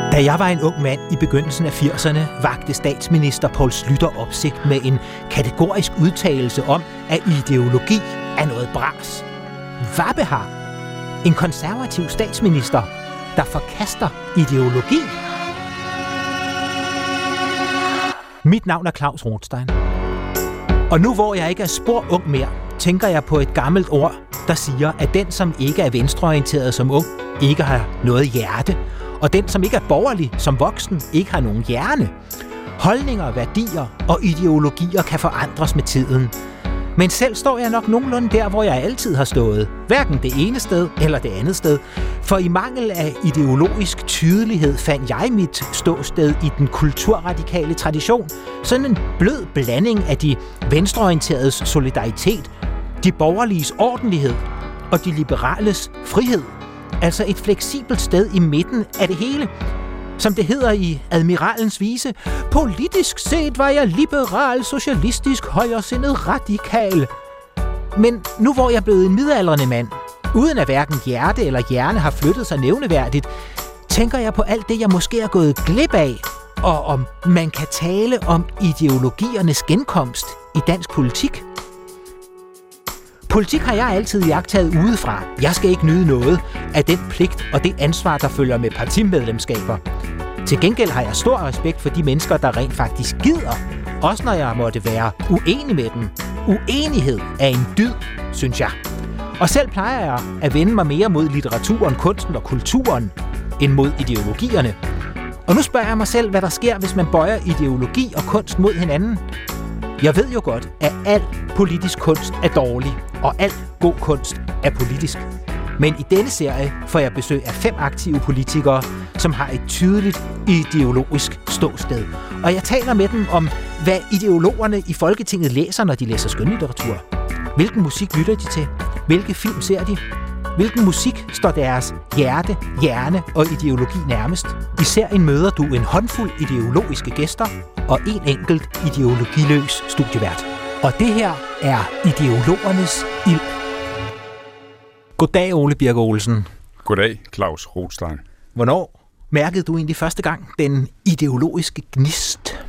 Da jeg var en ung mand i begyndelsen af 80'erne, vagte statsminister Poul Schlüter opsigt med en kategorisk udtalelse om, at ideologi er noget bras. Vabbehar, en konservativ statsminister, der forkaster ideologi. Mit navn er Claus Rothstein. Og nu hvor jeg ikke er spor ung mere, tænker jeg på et gammelt ord, der siger, at den, som ikke er venstreorienteret som ung, ikke har noget hjerte. Og den, som ikke er borgerlig som voksen, ikke har nogen hjerne. Holdninger, værdier og ideologier kan forandres med tiden. Men selv står jeg nok nogenlunde der, hvor jeg altid har stået. Hverken det ene sted eller det andet sted. For i mangel af ideologisk tydelighed fandt jeg mit ståsted i den kulturradikale tradition. Sådan en blød blanding af de venstreorienteredes solidaritet, de borgerliges ordentlighed og de liberales frihed. Altså et fleksibelt sted i midten af det hele. Som det hedder i Admiralens vise, politisk set var jeg liberal, socialistisk, højresindet, radikal. Men nu hvor jeg er blevet en midaldrende mand, uden at hverken hjerte eller hjerne har flyttet sig nævneværdigt, tænker jeg på alt det, jeg måske er gået glip af, og om man kan tale om ideologiernes genkomst i dansk politik. Politik har jeg altid iagttaget udefra. Jeg skal ikke nyde noget af den pligt og det ansvar, der følger med partimedlemskaber. Til gengæld har jeg stor respekt for de mennesker, der rent faktisk gider, også når jeg måtte være uenig med dem. Uenighed er en dyd, synes jeg. Og selv plejer jeg at vende mig mere mod litteraturen, kunsten og kulturen, end mod ideologierne. Og nu spørger jeg mig selv, hvad der sker, hvis man bøjer ideologi og kunst mod hinanden. Jeg ved jo godt, at al politisk kunst er dårlig, og al god kunst er politisk. Men i denne serie får jeg besøg af 5 aktive politikere, som har et tydeligt ideologisk ståsted. Og jeg taler med dem om, hvad ideologerne i Folketinget læser, når de læser skønlitteratur. Hvilken musik lytter de til? Hvilke film ser de? Hvilken musik står deres hjerte, hjerne og ideologi nærmest? I serien møder du en håndfuld ideologiske gæster og en enkelt ideologiløs studievært. Og det her er ideologernes ild. Goddag, Ole Birk Olesen. Goddag, Claus Rothstein. Hvornår mærkede du egentlig første gang den ideologiske gnist?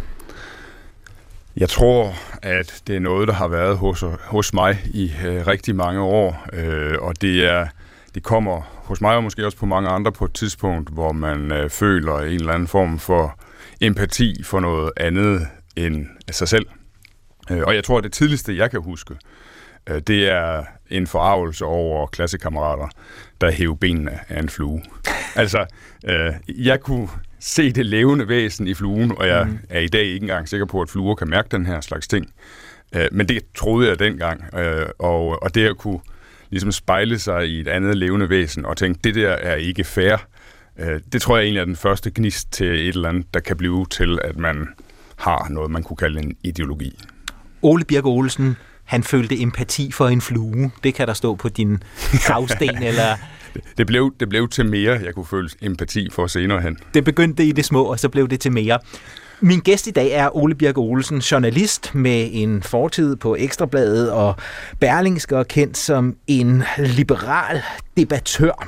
Jeg tror, at det er noget, der har været hos mig i rigtig mange år, og det kommer hos mig og måske også på mange andre på et tidspunkt, hvor man føler en eller anden form for empati for noget andet end sig selv. Og jeg tror, at det tidligste, jeg kan huske, det er en forargelse over klassekammerater, der hæver benene af en flue. Altså, jeg kunne se det levende væsen i fluen, og jeg er i dag ikke engang sikker på, at fluer kan mærke den her slags ting. Men det troede jeg dengang, og det at kunne ligesom spejle sig i et andet levende væsen og tænke, det der er ikke fair, det tror jeg egentlig er den første gnist til et eller andet, der kan blive til, at man har noget, man kunne kalde en ideologi. Ole Birk Olesen, han følte empati for en flue. Det kan der stå på din gravsten, eller... Det blev til mere, jeg kunne føle empati for senere hen. Det begyndte i det små, og så blev det til mere. Min gæst i dag er Ole Birk Olesen, journalist med en fortid på Ekstrabladet og Berlingske, og kendt som en liberal debattør.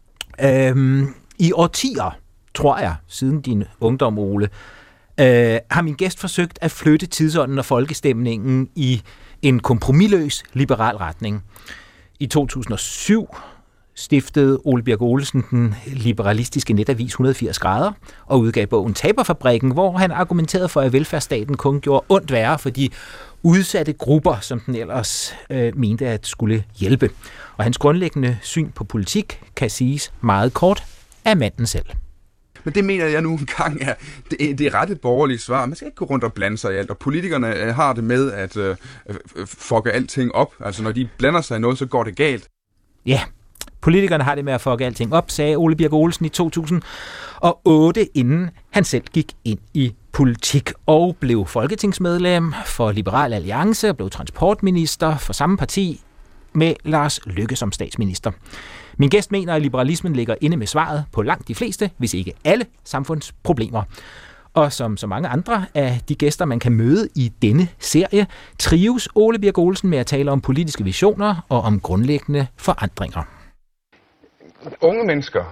I årtier, tror jeg, siden din ungdom, Ole, har min gæst forsøgt at flytte tidsånden og folkestemningen i en kompromisløs liberal retning. I 2007 stiftede Ole Birk Olesen den liberalistiske netavis 180 grader og udgav bogen Taberfabrikken, hvor han argumenterede for, at velfærdsstaten kun gjorde ondt værre for de udsatte grupper, som den ellers mente at skulle hjælpe. Og hans grundlæggende syn på politik kan siges meget kort af manden selv. Men det mener jeg nu engang er det rette borgerlige svar. Man skal ikke gå rundt og blande sig i alt, og politikerne har det med at fucke alting op. Altså når de blander sig i noget, så går det galt. Ja, politikerne har det med at fucke alting op, sagde Ole Birk Olesen i 2008, inden han selv gik ind i politik og blev folketingsmedlem for Liberal Alliance og blev transportminister for samme parti med Lars Løkke som statsminister. Min gæst mener, at liberalismen ligger inde med svaret på langt de fleste, hvis ikke alle, samfundsproblemer. Og som så mange andre af de gæster, man kan møde i denne serie, trives Ole Birk Olesen med at tale om politiske visioner og om grundlæggende forandringer. Unge mennesker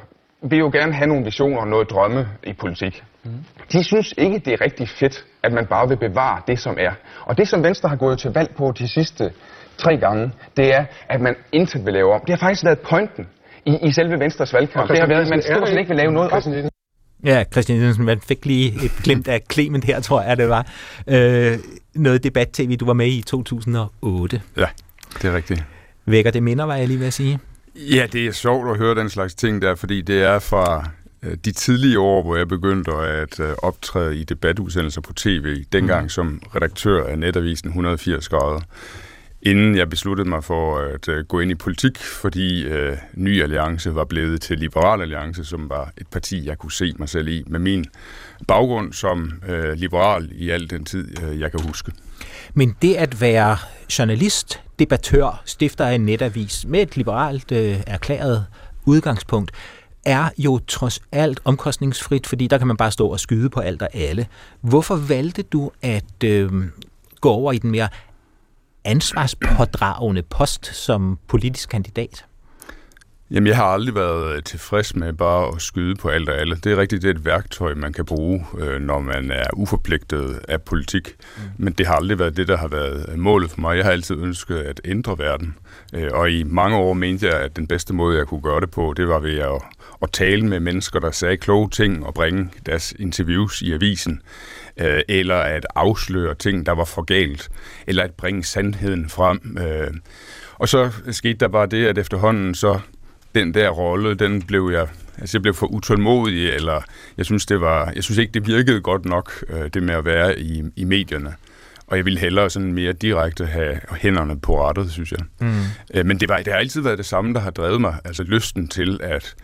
vil jo gerne have nogle visioner og noget drømme i politik. De synes ikke, det er rigtig fedt, at man bare vil bevare det, som er. Og det, som Venstre har gået til valg på de sidste 3 gange, det er, at man intet vil lave om. Det har faktisk været pointen i selve Venstres valgkamp. Det har været, at man stort set ikke vil lave noget om. Ja, Christian Jensen, man fik lige et glimt af Clement her, tror jeg, det var. Noget debat-tv, du var med i 2008. Ja, det er rigtigt. Vækker det minder, var jeg lige ved at sige? Ja, det er sjovt at høre den slags ting der, fordi det er fra de tidlige år, hvor jeg begyndte at optræde i debatudsendelser på tv, dengang som redaktør af netavisen 180 grader, inden jeg besluttede mig for at gå ind i politik, fordi Ny Alliance var blevet til Liberal Alliance, som var et parti, jeg kunne se mig selv i, med min baggrund som liberal i al den tid, jeg kan huske. Men det at være journalist, debattør, stifter af en netavis med et liberalt erklæret udgangspunkt, er jo trods alt omkostningsfrit, fordi der kan man bare stå og skyde på alt og alle. Hvorfor valgte du at gå over i den mere ansvarspådragende post som politisk kandidat? Jamen, jeg har aldrig været tilfreds med bare at skyde på alt og alle. Det er rigtigt, det er et værktøj, man kan bruge, når man er uforpligtet af politik. Men det har aldrig været det, der har været målet for mig. Jeg har altid ønsket at ændre verden. Og i mange år mente jeg, at den bedste måde, jeg kunne gøre det på, det var ved at tale med mennesker, der sagde kloge ting og bringe deres interviews i avisen. Eller at afsløre ting, der var for galt. Eller at bringe sandheden frem. Og så skete der bare det, at efterhånden så den der rolle, jeg blev for utålmodig, eller jeg synes ikke, det virkede godt nok, det med at være i medierne. Og jeg ville hellere sådan mere direkte have hænderne på rattet, synes jeg. Men det har altid været det samme, der har drevet mig, altså lysten til at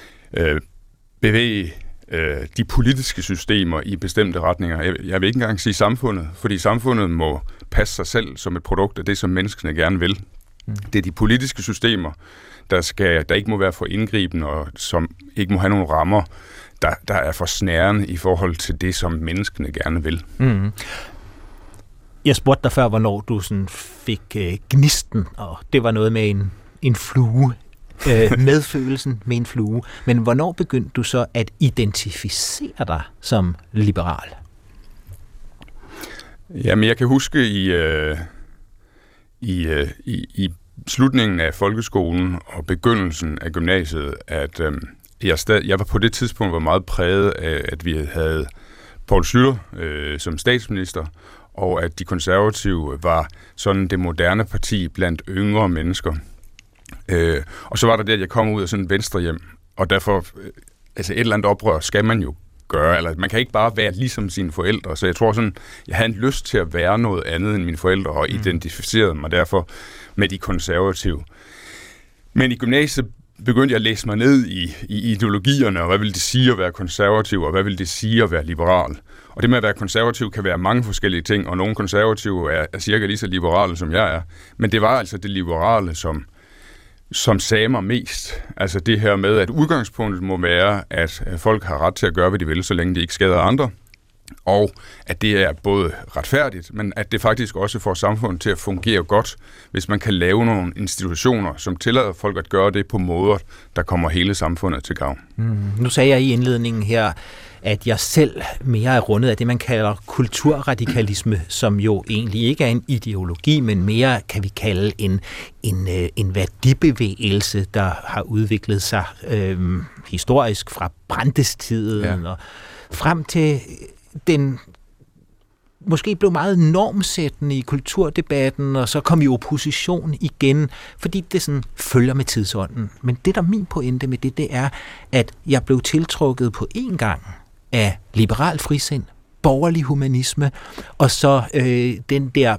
bevæge de politiske systemer i bestemte retninger. Jeg vil ikke engang sige samfundet, fordi samfundet må passe sig selv som et produkt af det, som menneskene gerne vil. Det er de politiske systemer, der ikke må være for indgribende, og som ikke må have nogle rammer, der er for snærende i forhold til det, som menneskene gerne vil. Jeg spurgte dig før, hvornår du sådan fik gnisten, og det var noget med en flue, medfølelsen med en flue. Men hvornår begyndte du så at identificere dig som liberal? Jamen, jeg kan huske i slutningen af folkeskolen og begyndelsen af gymnasiet, at jeg var på det tidspunkt meget præget af, at vi havde Poul Schlüter som statsminister, og at de konservative var sådan det moderne parti blandt yngre mennesker. Og så var der det, at jeg kom ud af sådan en venstrehjem, og derfor, altså et eller andet oprør skal man jo gøre, eller man kan ikke bare være ligesom sine forældre, så jeg tror sådan, jeg havde en lyst til at være noget andet end mine forældre, og identificerede mig derfor med de konservative. Men i gymnasiet begyndte jeg at læse mig ned i ideologierne, og hvad vil det sige at være konservativ, og hvad vil det sige at være liberal. Og det med at være konservativ kan være mange forskellige ting, og nogle konservative er cirka lige så liberale, som jeg er. Men det var altså det liberale, som sagde mig mest. Altså det her med, at udgangspunktet må være, at folk har ret til at gøre, hvad de vil, så længe de ikke skader andre. Og at det er både retfærdigt, men at det faktisk også får samfundet til at fungere godt, hvis man kan lave nogle institutioner, som tillader folk at gøre det på måder, der kommer hele samfundet til gavn. Nu sagde jeg i indledningen her, at jeg selv mere er rundet af det, man kalder kulturradikalisme, som jo egentlig ikke er en ideologi, men mere kan vi kalde en værdibevægelse, der har udviklet sig historisk fra Brandes-tiden og frem til den måske blev meget normsættende i kulturdebatten, og så kom i opposition igen, fordi det sådan følger med tidsånden. Men det, der er min pointe med det er, at jeg blev tiltrukket på en gang af liberal frisind, borgerlig humanisme, og så den der,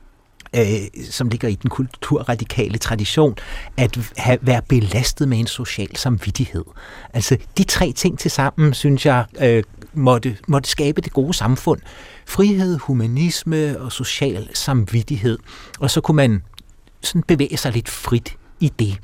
som ligger i den kulturradikale tradition, at være belastet med en social samvittighed. Altså, de 3 ting til sammen, synes jeg, måtte skabe det gode samfund. Frihed, humanisme og social samvittighed. Og så kunne man sådan bevæge sig lidt frit i det.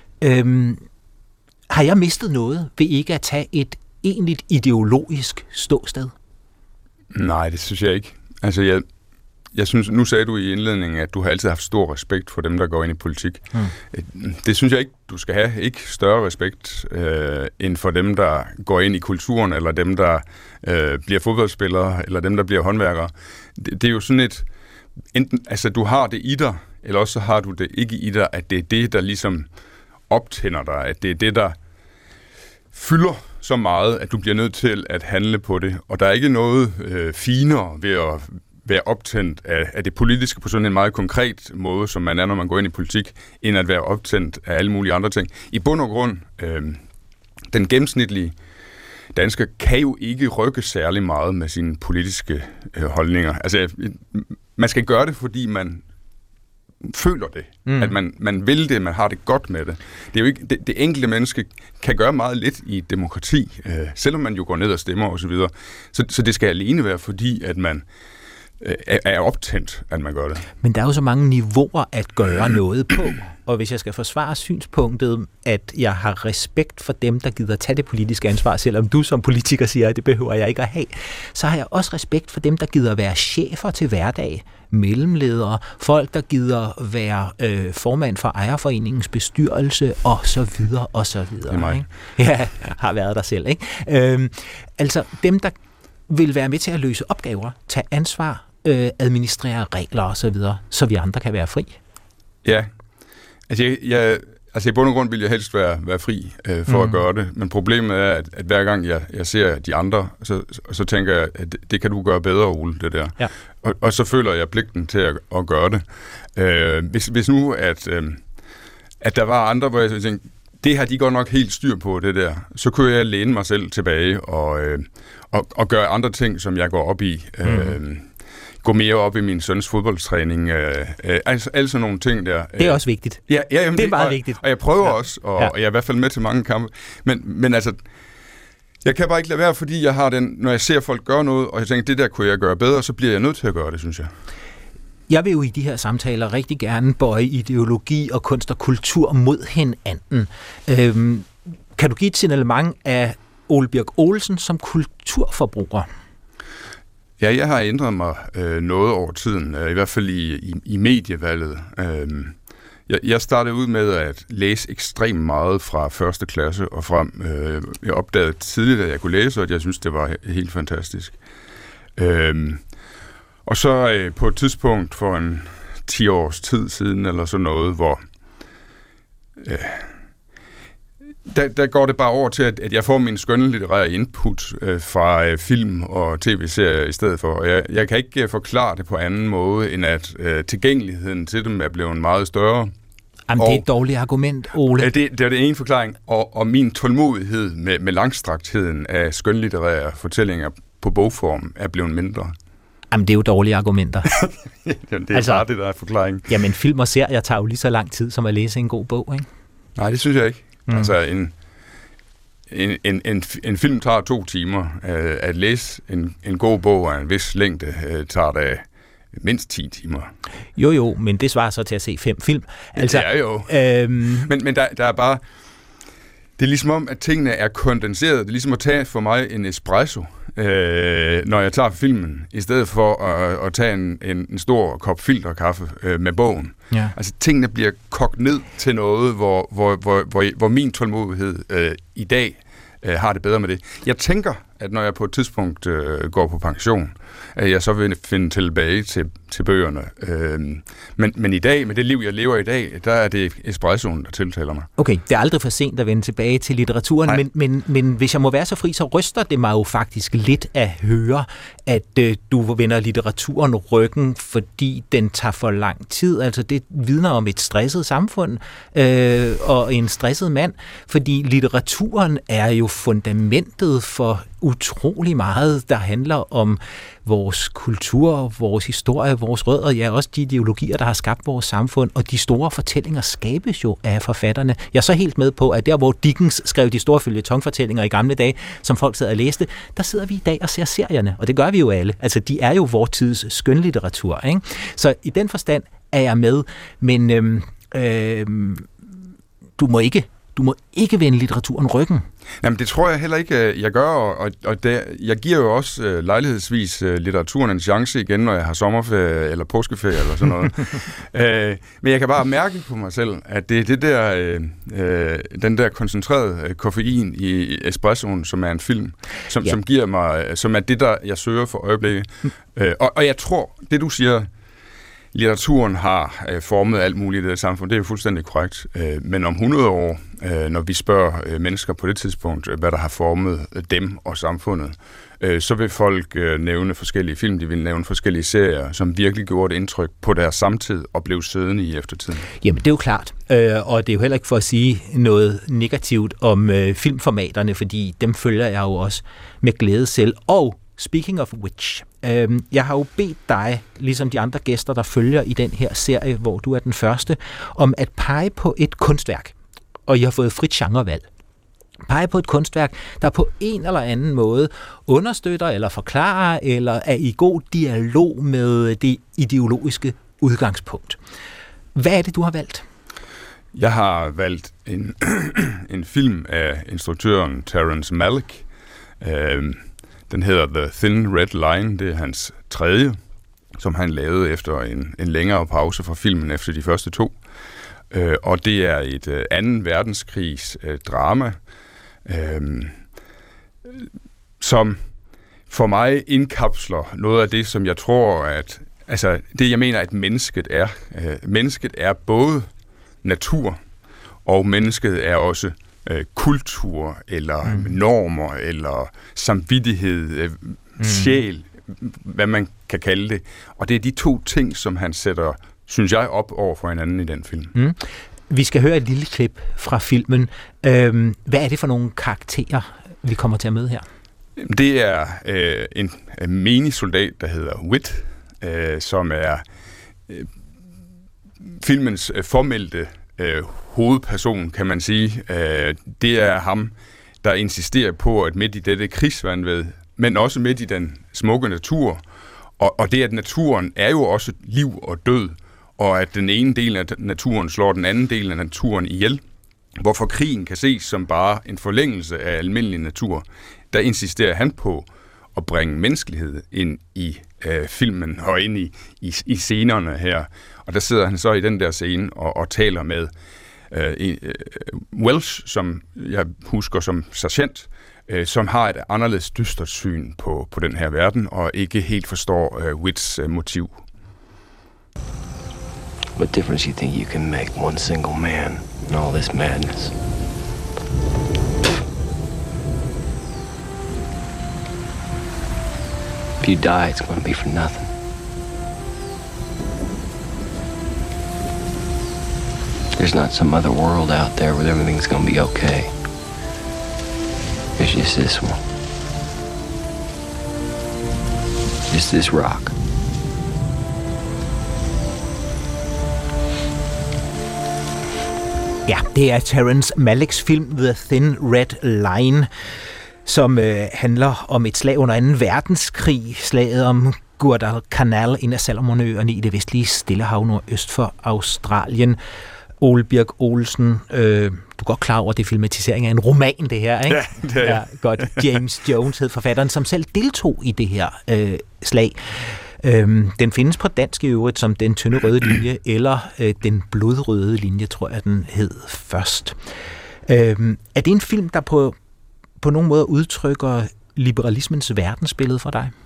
Har jeg mistet noget ved ikke at tage et egentligt ideologisk ståsted? Nej, det synes jeg ikke. Altså, jeg synes, nu sagde du i indledningen, at du har altid haft stor respekt for dem, der går ind i politik. Det synes jeg ikke, du skal have. Ikke større respekt end for dem, der går ind i kulturen, eller dem, der bliver fodboldspillere, eller dem, der bliver håndværkere. Det er jo sådan et, enten, altså du har det i dig, eller også så har du det ikke i dig, at det er det, der ligesom optænder dig, at det er det, der fylder så meget, at du bliver nødt til at handle på det. Og der er ikke noget finere ved at være optændt af det politiske på sådan en meget konkret måde, som man er, når man går ind i politik, end at være optændt af alle mulige andre ting. I bund og grund, den gennemsnitlige dansker kan jo ikke rykke særlig meget med sine politiske holdninger. Altså, man skal gøre det, fordi man føler det, at man vil det, man har det godt med det. Det er jo ikke, det enkelte menneske kan gøre meget lidt i et demokrati, selvom man jo går ned og stemmer osv. Så det skal alene være, fordi at man er optændt, at man gør det. Men der er jo så mange niveauer at gøre noget på, og hvis jeg skal forsvare synspunktet, at jeg har respekt for dem, der gider tage det politiske ansvar, selvom du som politiker siger, at det behøver jeg ikke at have, så har jeg også respekt for dem, der gider være chefer til hverdag, mellemledere, folk, der gider være formand for ejerforeningens bestyrelse, og så videre, og så videre. Det er mig. Ikke? Ja, har været der selv, ikke? Altså dem, der vil være med til at løse opgaver, tage ansvar, administrere regler og så videre, så vi andre kan være fri. Ja, altså i bund og grund vil jeg helst være fri for at gøre det, men problemet er, at hver gang jeg ser de andre, så tænker jeg, at det kan du gøre bedre, Ole, det der. Ja. Og så føler jeg pligten til at gøre det. Hvis nu, at der var andre, hvor jeg tænkte, det har de godt nok helt styr på, det der, så kunne jeg læne mig selv tilbage og gøre andre ting, som jeg går op i. Gå mere op i min søns fodboldtræning. Altså nogle ting der. Det er også vigtigt. Ja, jamen, det er meget vigtigt. Og jeg prøver også, og jeg er i hvert fald med til mange kampe. Men altså, jeg kan bare ikke lade være, fordi jeg har den, når jeg ser folk gøre noget, og jeg tænker, det der kunne jeg gøre bedre, så bliver jeg nødt til at gøre det, synes jeg. Jeg vil jo i de her samtaler rigtig gerne bøje ideologi og kunst og kultur mod hinanden. Kan du give et signalement af Ole Birk Olesen som kulturforbruger? Ja, jeg har ændret mig noget over tiden, i hvert fald i medievalget. Jeg startede ud med at læse ekstremt meget fra første klasse og frem. Jeg opdagede tidligt, at jeg kunne læse, og at jeg synes, det var helt fantastisk. Og så på et tidspunkt for en 10 års tid siden, eller sådan noget, hvor der går det bare over til, at jeg får min skønlitterære input fra film og tv-serier i stedet for. Og jeg kan ikke forklare det på anden måde, end at tilgængeligheden til dem er blevet meget større. Jamen, det er et dårligt argument, Ole. Det er det ene forklaring. Og min tålmodighed med langstraktheden af skønlitterære fortællinger på bogform er blevet mindre. Jamen, det er jo dårlige argumenter. Det er altså, bare det, der er forklaringen. Jamen, film og serier tager jo lige så lang tid, som at læse en god bog, ikke? Nej, det synes jeg ikke. Altså, en film tager 2 timer. At læse en god bog af en vis længde tager da mindst 10 timer. Jo, men det svarer så til at se 5 film. Altså, det er jo. Men der er bare... Det er ligesom om, at tingene er kondenseret. Det er ligesom at tage for mig en espresso, når jeg tager filmen, i stedet for at tage en stor kop filterkaffe med bogen. Ja. Altså, tingene bliver kogt ned til noget, hvor min tålmodighed i dag har det bedre med det. Jeg tænker, at når jeg på et tidspunkt går på pension, at jeg så vil finde tilbage til bøgerne. Men i dag, med det liv, jeg lever i dag, der er det espressoen, der tiltaler mig. Okay, det er aldrig for sent at vende tilbage til litteraturen, men hvis jeg må være så fri, så ryster det mig jo faktisk lidt at høre, at du vender litteraturen ryggen, fordi den tager for lang tid. Altså, det vidner om et stresset samfund og en stresset mand, fordi litteraturen er jo fundamentet for utrolig meget, der handler om vores kultur, vores historie, vores rødder, ja, også de ideologier, der har skabt vores samfund, og de store fortællinger skabes jo af forfatterne. Jeg er så helt med på, at der, hvor Dickens skrev de store føljetonfortællinger i gamle dage, som folk sad og læste, der sidder vi i dag og ser serierne, og det gør vi jo alle. Altså, de er jo vores tids skønlitteratur, ikke? Så i den forstand er jeg med, men du du må ikke vende litteraturen ryggen. Jamen, det tror jeg heller ikke, jeg gør, og jeg giver jo også lejlighedsvis litteraturen en chance igen, når jeg har sommerferie eller påskeferie eller sådan noget. Men jeg kan bare mærke på mig selv, at det er det der, den der koncentrerede koffein i espressoen, som er en film, som giver mig, som er det, der jeg søger for øjeblikket. Og jeg tror, det du siger, litteraturen har formet alt muligt i det samfund, det er jo fuldstændig korrekt. Men om 100 år, når vi spørger mennesker på det tidspunkt, hvad der har formet dem og samfundet, så vil folk nævne forskellige film, de vil nævne forskellige serier, som virkelig gjorde et indtryk på deres samtid og blev siddende i eftertiden. Jamen, det er jo klart. Og det er jo heller ikke for at sige noget negativt om filmformaterne, fordi dem følger jeg jo også med glæde selv. Og speaking of which, jeg har jo bedt dig, ligesom de andre gæster, der følger i den her serie, hvor du er den første, om at pege på et kunstværk. Og I har fået frit genrevalg. Pege på et kunstværk, der på en eller anden måde understøtter eller forklarer, eller er i god dialog med det ideologiske udgangspunkt. Hvad er det, du har valgt? Jeg har valgt en film af instruktøren Terrence Malick. Den hedder The Thin Red Line. Det er hans tredje, som han lavede efter en længere pause fra filmen efter de første to. Og det er et 2. verdenskrigs drama, som for mig indkapsler noget af det, som jeg tror, det jeg mener, at mennesket er. Mennesket er både natur, og mennesket er også kultur, eller normer, eller samvittighed, sjæl, hvad man kan kalde det. Og det er de to ting, som han sætter, synes jeg, op over for hinanden i den film. Vi skal høre et lille klip fra filmen. Hvad er det for nogle karakterer, vi kommer til at møde her? Det er en menig soldat, der hedder Whit, som er filmens formeldte hovedperson, kan man sige. Det er ham, der insisterer på, at midt i dette krigsvanvid, men også midt i den smukke natur, og det, at naturen er jo også liv og død, og at den ene del af naturen slår den anden del af naturen ihjel, hvorfor krigen kan ses som bare en forlængelse af almindelig natur, der insisterer han på at bringe menneskelighed ind i filmen og ind i scenerne her. Og der sidder han så i den der scene og taler med Welsh, som jeg husker som sergeant, som har et anderledes dystert syn på den her verden, og ikke helt forstår Whits motiv. What difference you think you can make, one single man, in all this madness? If you die, it's going to be for nothing. There's not some other world out there where everything's going to be okay. There's just this one. Just this rock. Ja, det er Terrence Malicks film The Thin Red Line, som handler om et slag under 2. verdenskrig, slaget om Guadalcanal, en af Salomonøerne i det vestlige Stillehav nordøst for Australien. Ole Birk Olesen, du er godt klar over, det er filmatisering af en roman, det her, ikke? Ja, det er jeg. Ja, godt. James Jones hed forfatteren, som selv deltog i det her slag. Den findes på dansk i øvrigt som Den tynde røde linje, eller Den blodrøde linje, tror jeg, den hed først. Er det en film, der på nogen måde udtrykker liberalismens verdensbillede for dig?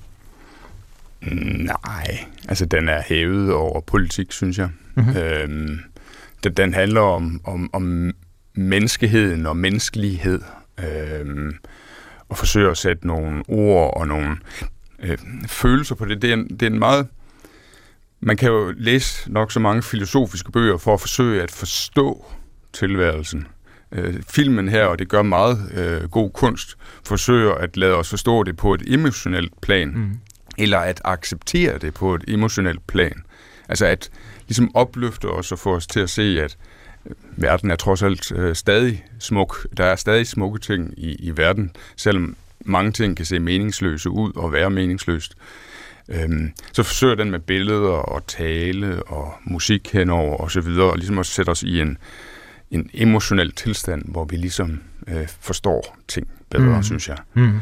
Nej, altså den er hævet over politik, synes jeg. Mm-hmm. Den handler om menneskeheden og menneskelighed, og forsøger at sætte nogle ord og nogle følelser på det. Det er en meget... Man kan jo læse nok så mange filosofiske bøger for at forsøge at forstå tilværelsen. Filmen her, og det gør meget god kunst, forsøger at lade os forstå det på et emotionelt plan, eller at acceptere det på et emotionelt plan. Altså at ligesom opløfte os og få os til at se, at verden er trods alt stadig smuk. Der er stadig smukke ting i verden, selvom mange ting kan se meningsløse ud og være meningsløst. Så forsøger den med billeder og tale og musik henover og så videre, og ligesom at sætte os en emotionel tilstand, hvor vi ligesom forstår ting bedre, synes jeg.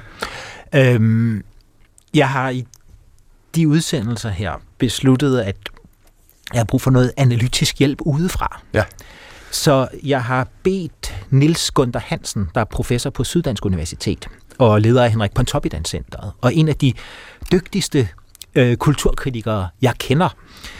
Jeg har i de udsendelser her besluttet, at jeg har brug for noget analytisk hjælp udefra. Ja. Så jeg har bedt Niels Gunther Hansen, der er professor på Syddansk Universitet og leder af Henrik Pontoppidan-centret, og en af de dygtigste kulturkritikere, jeg kender.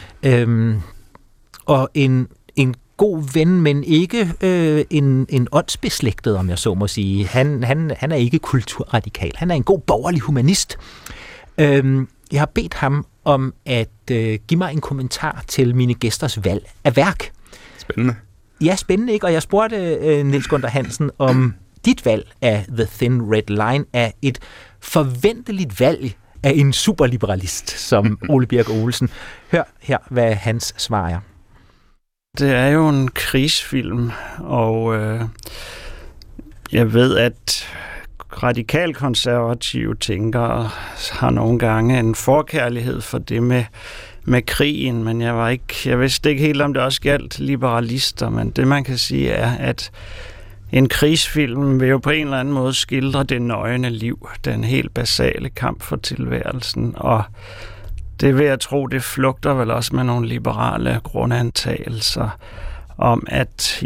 Og en god ven, men ikke en åndsbeslægtet, om jeg så må sige. Han er ikke kulturradikal. Han er en god borgerlig humanist. Jeg har bedt ham om at give mig en kommentar til mine gæsters valg af værk. Spændende. Ja, spændende, ikke? Og jeg spurgte Niels Gunther Hansen, om dit valg af The Thin Red Line er et forventeligt valg af en superliberalist som Ole Birk Olesen. Hør her, hvad hans svar er. Det er jo en krigsfilm, og jeg ved, at radikalkonservative tænkere har nogle gange en forkærlighed for det med krigen, men jeg vidste ikke helt, om det også galt liberalister, men det man kan sige er, at en krigsfilm vil jo på en eller anden måde skildre det nøgne liv, den helt basale kamp for tilværelsen, og det vil jeg tro, det flugter vel også med nogle liberale grundantagelser om, at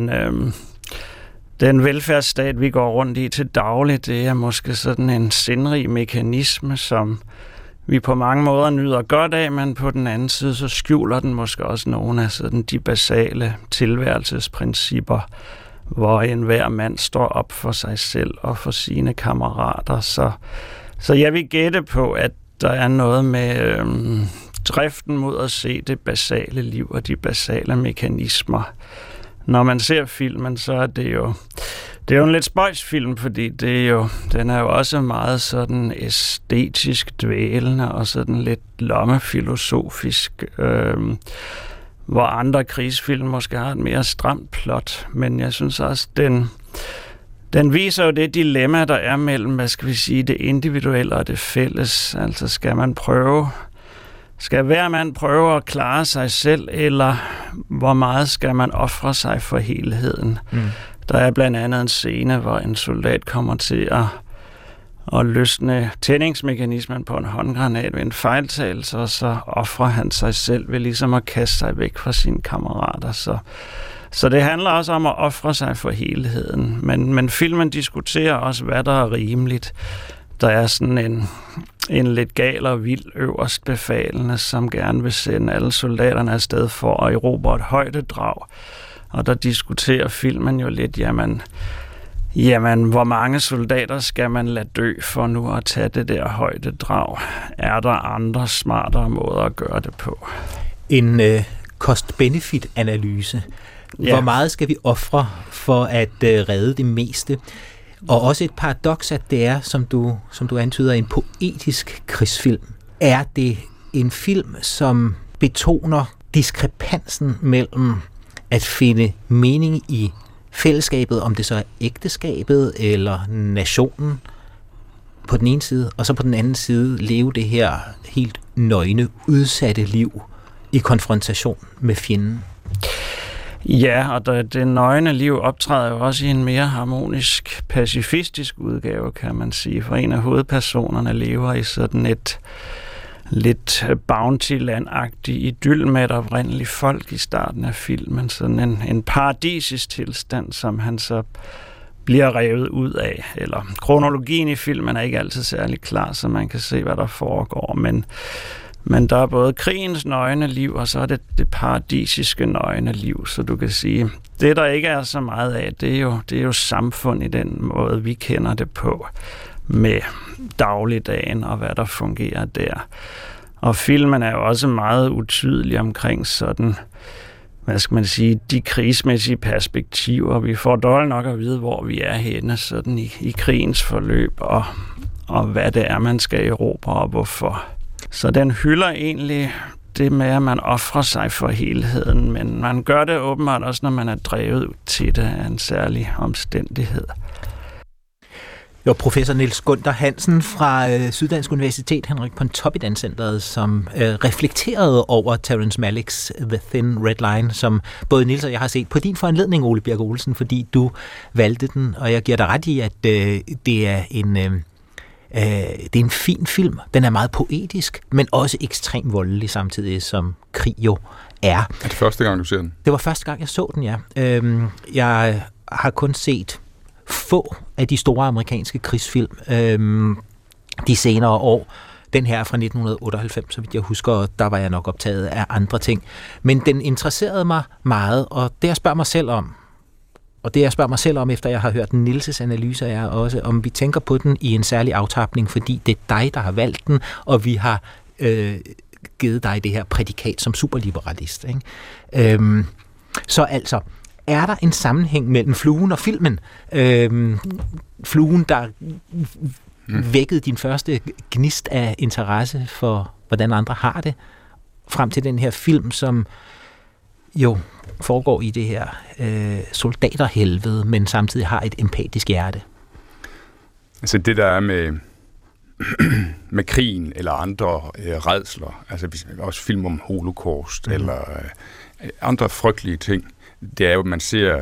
den velfærdsstat, vi går rundt i til daglig, det er måske sådan en sindrig mekanisme, som vi på mange måder nyder godt af, men på den anden side, så skjuler den måske også nogle af sådan de basale tilværelsesprincipper, hvor enhver mand står op for sig selv og for sine kammerater. Så jeg vil gætte på, at der er noget med driften mod at se det basale liv og de basale mekanismer. Når man ser filmen, så er det er jo en lidt spøjsfilm, fordi den er jo også meget sådan æstetisk dvælende og sådan lidt lommefilosofisk, hvor andre krigsfilm måske har et mere stramt plot, men jeg synes også, den viser jo det dilemma, der er mellem, det individuelle og det fælles. Altså skal hver mand prøve at klare sig selv, eller hvor meget skal man ofre sig for helheden? Der er blandt andet en scene, hvor en soldat kommer til at løsne tændingsmekanismen på en håndgranat ved en fejltagelse, og så offrer han sig selv ved ligesom at kaste sig væk fra sine kammerater. Så det handler også om at ofre sig for helheden. Men filmen diskuterer også, hvad der er rimeligt. Der er sådan en lidt gal og vild øverstbefalende, som gerne vil sende alle soldaterne afsted for at erobre et højdedrag. Og der diskuterer filmen jo lidt, jamen, hvor mange soldater skal man lade dø for nu at tage det der højdedrag? Er der andre smartere måder at gøre det på? En cost-benefit-analyse. Hvor meget skal vi ofre for at redde det meste? Og også et paradoks, at det er, som du antyder, en poetisk krigsfilm. Er det en film, som betoner diskrepansen mellem at finde mening i fællesskabet, om det så er ægteskabet eller nationen på den ene side, og så på den anden side leve det her helt nøgne, udsatte liv i konfrontation med fjenden? Ja, og det nøgne liv optræder jo også i en mere harmonisk, pacifistisk udgave, kan man sige. For en af hovedpersonerne lever i sådan et lidt Bountyland-agtigt idyll med et oprindeligt folk i starten af filmen. Sådan en paradisisk tilstand, som han så bliver revet ud af. Eller kronologien i filmen er ikke altid særlig klar, så man kan se, hvad der foregår. Men der er både krigens nøgne liv, og så er det paradisiske nøgne liv. Så du kan sige, det der ikke er så meget af, det er jo samfund i den måde, vi kender det på, med dagligdagen og hvad der fungerer der. Og filmen er jo også meget utydelig omkring sådan, de krigsmæssige perspektiver. Vi får dårligt nok at vide, hvor vi er henne sådan i krigens forløb, og hvad det er, man skal erobre, og hvorfor. Så den hylder egentlig det med, at man offrer sig for helheden, men man gør det åbenbart også, når man er drevet til det af en særlig omstændighed. Jo, professor Niels Gunther Hansen fra Syddansk Universitet, Henrik Pontoppidan-centret, som reflekterede over Terrence Malicks The Thin Red Line, som både Niels og jeg har set på din foranledning, Ole Birk Olesen, fordi du valgte den, og jeg giver dig ret i, at det er en fin film. Den er meget poetisk, men også ekstremt voldelig samtidig, som krig jo er. Er det første gang, du ser den? Det var første gang, jeg så den, ja. Jeg har kun set få af de store amerikanske krigsfilm de senere år. Den her er fra 1998, så vidt jeg husker, der var jeg nok optaget af andre ting. Men den interesserede mig meget, og det jeg spørger mig selv om, efter jeg har hørt Nielses analyser, er også, om vi tænker på den i en særlig aftapning, fordi det er dig, der har valgt den, og vi har givet dig det her prædikat som superliberalist. Ikke? Så altså, er der en sammenhæng mellem Fluen og filmen? Fluen, der vækkede din første gnist af interesse for, hvordan andre har det, frem til den her film, som jo foregår i det her soldaterhelvede, men samtidig har et empatisk hjerte. Altså det, der er med krigen eller andre rædsler, altså også film om holocaust eller andre frygtelige ting, det er jo, at man ser...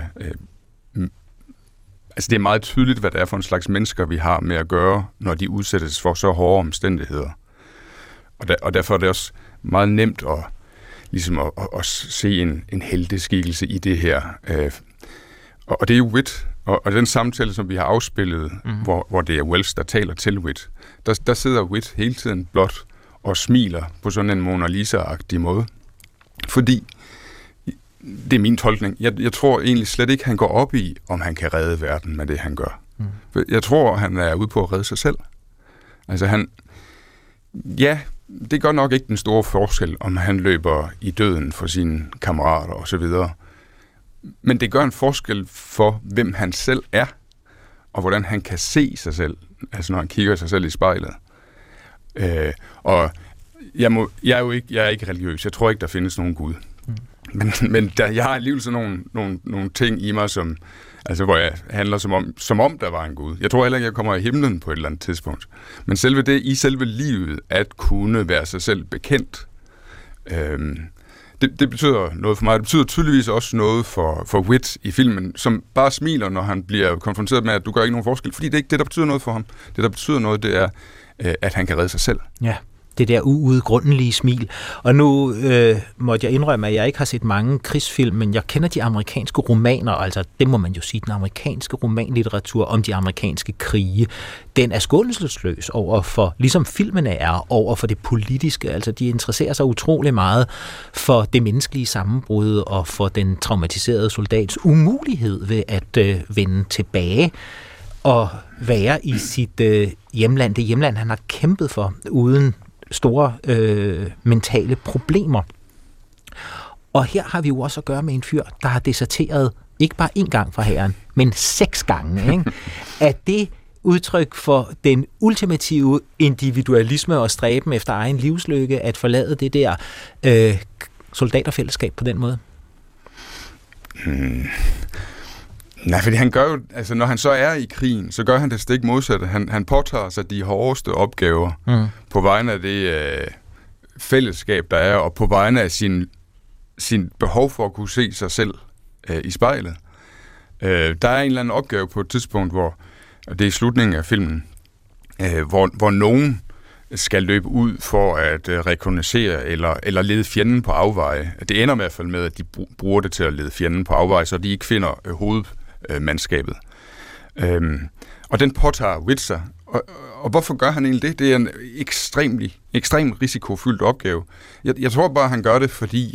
altså det er meget tydeligt, hvad det er for en slags mennesker, vi har med at gøre, når de udsættes for så hårde omstændigheder. Og derfor er det også meget nemt at se en helteskikkelse i det her. Og det er jo Whit, og den samtale, som vi har afspillet, hvor det er Wells, der taler til Whit, der sidder Whit hele tiden blot og smiler på sådan en Mona Lisa-agtig måde. Fordi det er min tolkning. Jeg tror egentlig slet ikke, han går op i, om han kan redde verden med det, han gør. Jeg tror, han er ude på at redde sig selv. Altså det gør nok ikke den store forskel, om han løber i døden for sine kammerater og så videre. Men det gør en forskel for, hvem han selv er, og hvordan han kan se sig selv, altså når han kigger sig selv i spejlet. Og jeg er ikke religiøs. Jeg tror ikke, der findes nogen Gud. Men jeg har alligevel sådan nogle ting i mig, som, altså, hvor jeg handler som om der var en Gud. Jeg tror heller ikke, jeg kommer i himlen på et eller andet tidspunkt. Men selve det, i selve livet, at kunne være sig selv bekendt, det betyder noget for mig. Det betyder tydeligvis også noget for Whit i filmen, som bare smiler, når han bliver konfronteret med, at du gør ikke nogen forskel. Fordi det er ikke det, der betyder noget for ham. Det, der betyder noget, det er, at han kan redde sig selv. Ja. Det der uudgrundelige smil. Og nu måtte jeg indrømme, at jeg ikke har set mange krigsfilm, men jeg kender de amerikanske romaner, altså det må man jo sige, den amerikanske romanlitteratur om de amerikanske krige, den er skånselsløs over for, ligesom filmene er, over for det politiske. Altså de interesserer sig utrolig meget for det menneskelige sammenbrud og for den traumatiserede soldats umulighed ved at vende tilbage og være i sit hjemland, det hjemland, han har kæmpet for, uden store mentale problemer. Og her har vi jo også at gøre med en fyr, der har deserteret ikke bare én gang fra hæren, men 6 gange. Ikke? Er det udtryk for den ultimative individualisme og stræben efter egen livslykke at forlade det der soldaterfællesskab på den måde? Nej, fordi han gør jo, altså når han så er i krigen, så gør han det stik modsatte. Han påtager sig de hårdeste opgaver på vegne af det fællesskab, der er, og på vegne af sin behov for at kunne se sig selv i spejlet. Der er en eller anden opgave på et tidspunkt, hvor, og det er i slutningen af filmen, hvor nogen skal løbe ud for at rekognoscere eller lede fjenden på afveje. Det ender i hvert fald med, at de bruger det til at lede fjenden på afveje, så de ikke finder hovedmandskabet. Og den påtager Whit sig. Og hvorfor gør han egentlig det? Det er en ekstremt risikofyldt opgave. Jeg tror bare, han gør det, fordi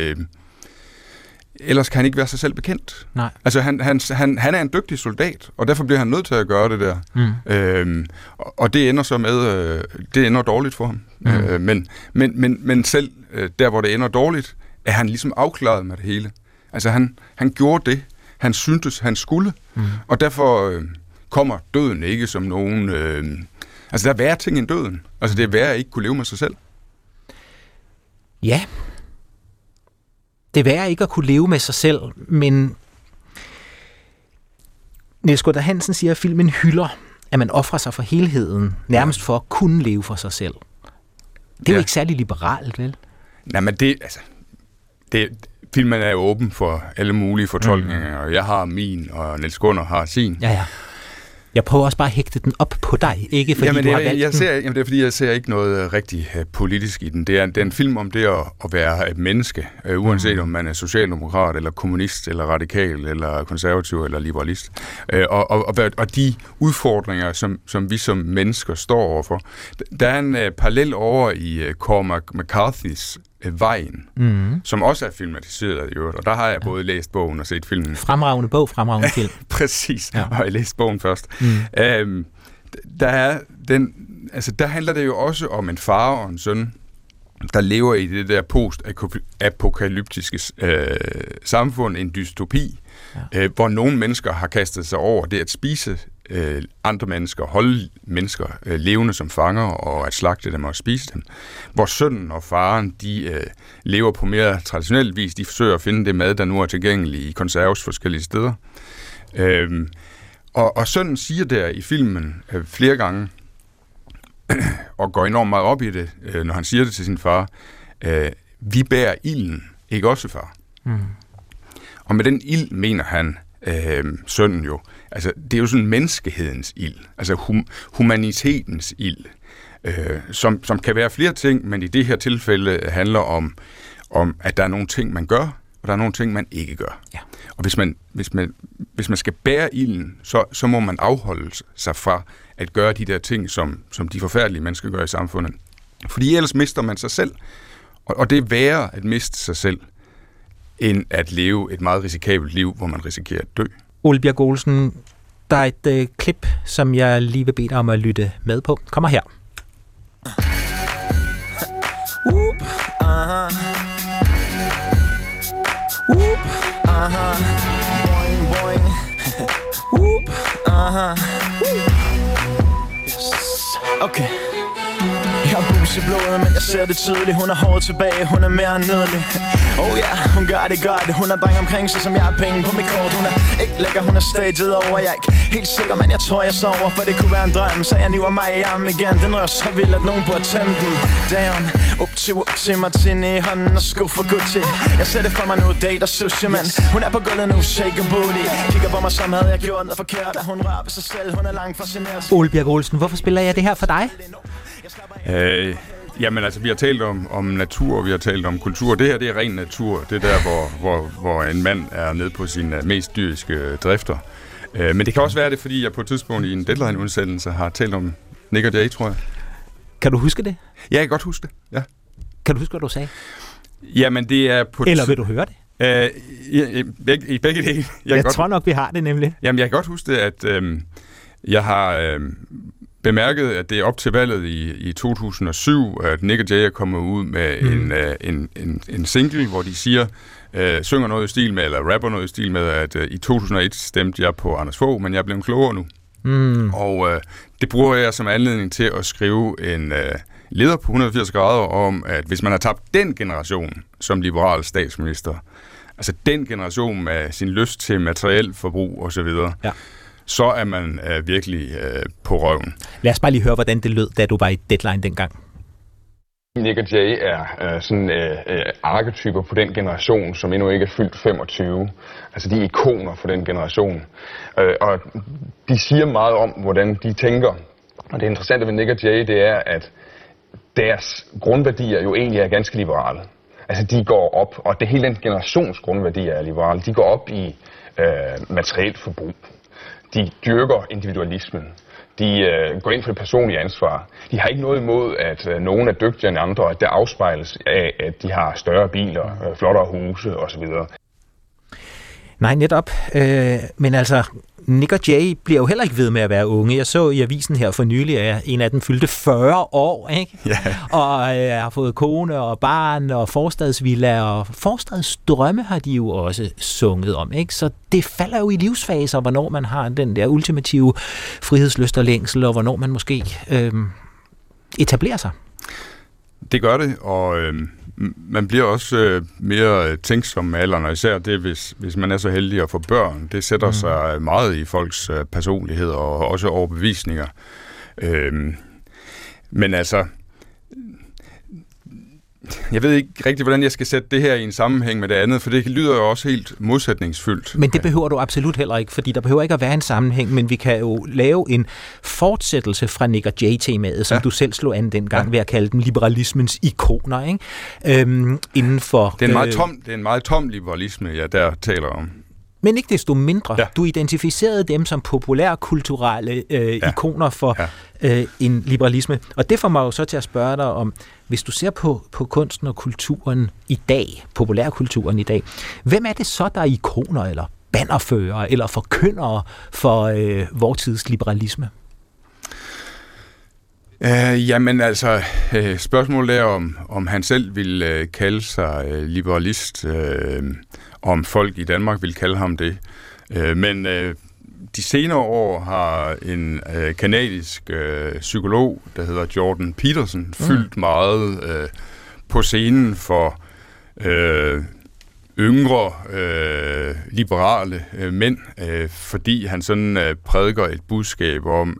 ellers kan han ikke være sig selv bekendt. Nej. Altså, han er en dygtig soldat, og derfor bliver han nødt til at gøre det der. Og det ender så med, det ender dårligt for ham. Men selv der, hvor det ender dårligt, er han ligesom afklaret med det hele. Altså, han gjorde det, han syntes, han skulle, og derfor kommer døden ikke som nogen... altså, der er værre ting end døden. Altså, det er værre at ikke kunne leve med sig selv. Ja. Det er værre ikke at kunne leve med sig selv, men Niels Gunther Hansen siger, at filmen hylder at man offrer sig for helheden, nærmest for at kunne leve for sig selv. Det er jo ikke særlig liberalt, vel? Nej, men filmen er jo åben for alle mulige fortolkninger, og jeg har min, og Niels Gunnar har sin. Ja. Jeg prøver også bare at hægte den op på dig, ikke fordi du har valgt den. Det er fordi, jeg ser ikke noget rigtig politisk i den. Det er en film om det at være et menneske, uanset om man er socialdemokrat, eller kommunist, eller radikal, eller konservativ, eller liberalist. Og de udfordringer, som vi som mennesker står overfor. Der er en parallel over i Cormac McCarthy's Vejen, som også er filmatiseret i øvrigt, og der har jeg både læst bogen og set filmen. Fremragende bog, fremragende film. Præcis, og jeg læst bogen først. Der handler det jo også om en far og en søn, der lever i det der post-apokalyptiske samfund, en dystopi, hvor nogle mennesker har kastet sig over det at spise andre mennesker, holde mennesker levende som fanger, og at slagte dem og spise dem. Hvor sønnen og faren, de lever på mere traditionel vis. De forsøger at finde det mad, der nu er tilgængeligt i konserves forskellige steder. Og sønnen siger der i filmen flere gange, og går enormt meget op i det, når han siger det til sin far, vi bærer ilden, ikke også far? Og med den ild mener han, sønnen jo, altså det er jo sådan menneskehedens ild, altså humanitetens ild, som kan være flere ting, men i det her tilfælde handler om at der er nogle ting, man gør, og der er nogle ting, man ikke gør. Ja. Og hvis man skal bære ilden, så må man afholde sig fra at gøre de der ting, som de forfærdelige mennesker gør i samfundet. Fordi ellers mister man sig selv, og det er værre at miste sig selv, end at leve et meget risikabelt liv, hvor man risikerer at dø. Ole Bjerg Olsen, der er et klip, som jeg lige vil bede dig om at lytte med på. Kommer her. Boing, boing. Okay. Jeg har bus i blodet, men jeg ser det tydeligt. Hun er hårdt tilbage, hun er mere nydelig. Oh ja, hun gør det godt. Hun er dreng omkring sig, som jeg har penge på mit kort. Hun er ikke lækker, hun er staged over. Jeg er ikke helt sikker, men jeg tror jeg sover. For det kunne være en drøm, så jeg niver mig i armen igen. Den rører så vild, at nogen burde tænde den. Damn, upti Martini i hånden og sko for Gucci. Jeg ser det for mig nu, date og sushi, men hun er på gulvet nu, shake a booty. Kigger på mig, som havde jeg gjort noget forkert. Hun rører på sig selv, hun er langt fascineret. Ole Bjerg Olsen, hvorfor spiller jeg det her for dig? Jamen altså, vi har talt om natur, vi har talt om kultur. Det her, det er ren natur. Det er der, hvor en mand er nede på sine mest dyriske drifter. Men det kan også være det, fordi jeg på et tidspunkt i en Deadline-udsendelse har talt om Nick og Jay, tror jeg. Kan du huske det? Ja, jeg kan godt huske det, ja. Kan du huske, hvad du sagde? Jamen, det er på... Eller vil du høre det? I begge dele. Jeg tror nok, vi har det nemlig. Jamen, jeg kan godt huske det, at jeg har... bemærket, at det er op til valget i 2007, at Nick og Jay er kommet ud med en single, hvor de siger, synger noget i stil med, eller rapper noget i stil med, at i 2001 stemte jeg på Anders Fogh, men jeg blev klogere nu. Og det bruger jeg som anledning til at skrive en leder på 180 grader om, at hvis man har tabt den generation som liberal statsminister, altså den generation med sin lyst til materiel forbrug osv., ja, så er man virkelig på røven. Lad os bare lige høre, hvordan det lød, da du var i Deadline dengang. Nick og Jay er sådan arketyper på den generation, som endnu ikke er fyldt 25. Altså de er ikoner for den generation. Og de siger meget om, hvordan de tænker. Og det interessante ved Nick og Jay, det er, at deres grundværdier jo egentlig er ganske liberale. Altså de går op, og det hele den generations grundværdier er liberale. De går op i materielt forbrug. De dyrker individualismen. De går ind for det personlige ansvar. De har ikke noget imod, at nogen er dygtigere end andre, og at det afspejles af, at de har større biler, flottere huse osv. Nej, netop. Men altså, Nick og Jay bliver jo heller ikke ved med at være unge. Jeg så i avisen her for nylig, at en af dem fyldte 40 år, ikke? Yeah. Og har fået kone og barn og forstadsvilla og forstadsdrømme har de jo også sunget om, ikke? Så det falder jo i livsfaser, hvornår man har den der ultimative frihedslyst og længsel, og hvornår man måske etablerer sig. Det gør det, og man bliver også mere tænksom med alderen, og især det, hvis man er så heldig at få børn. Det sætter sig meget i folks personlighed og også overbevisninger. Men altså, jeg ved ikke rigtig, hvordan jeg skal sætte det her i en sammenhæng med det andet, for det lyder jo også helt modsætningsfyldt. Men det behøver du absolut heller ikke, fordi der behøver ikke at være en sammenhæng, men vi kan jo lave en fortsættelse fra Nick og Jay-temaet, som du selv slog an dengang ved at kalde dem liberalismens ikoner, ikke? Inden for... Det er en meget tom liberalisme, jeg der taler om. Men ikke desto mindre. Ja. Du identificerede dem som populærkulturelle ikoner for en liberalisme. Og det får mig jo så til at spørge dig om, hvis du ser på kunsten og kulturen i dag, populærkulturen i dag, hvem er det så, der er ikoner eller bannerfører eller forkyndere for vor tids liberalisme? Jamen altså, spørgsmålet er, om han selv vil kalde sig liberalist, om folk i Danmark vil kalde ham det. Men de senere år har en kanadisk psykolog, der hedder Jordan Peterson, fyldt meget på scenen for yngre liberale mænd, fordi han sådan prædiker et budskab om,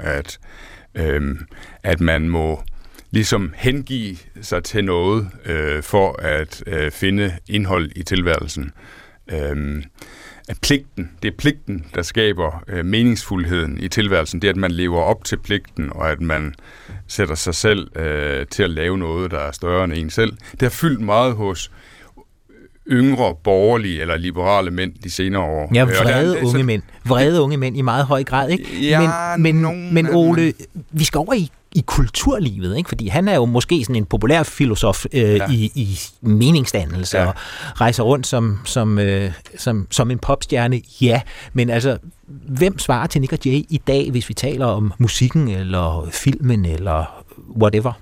at man må ligesom hengive sig til noget for at finde indhold i tilværelsen. At det er pligten, der skaber meningsfuldheden i tilværelsen. Det er, at man lever op til pligten, og at man sætter sig selv til at lave noget, der er større end en selv. Det har fyldt meget hos yngre, borgerlige eller liberale mænd de senere år. Ja, vrede unge mænd i meget høj grad, ikke? Ja, men Ole, vi skal over i kulturlivet, ikke? Fordi han er jo måske sådan en populær filosof i meningsdannelse og rejser rundt som en popstjerne, men altså, hvem svarer til Nick og Jay i dag, hvis vi taler om musikken eller filmen eller whatever?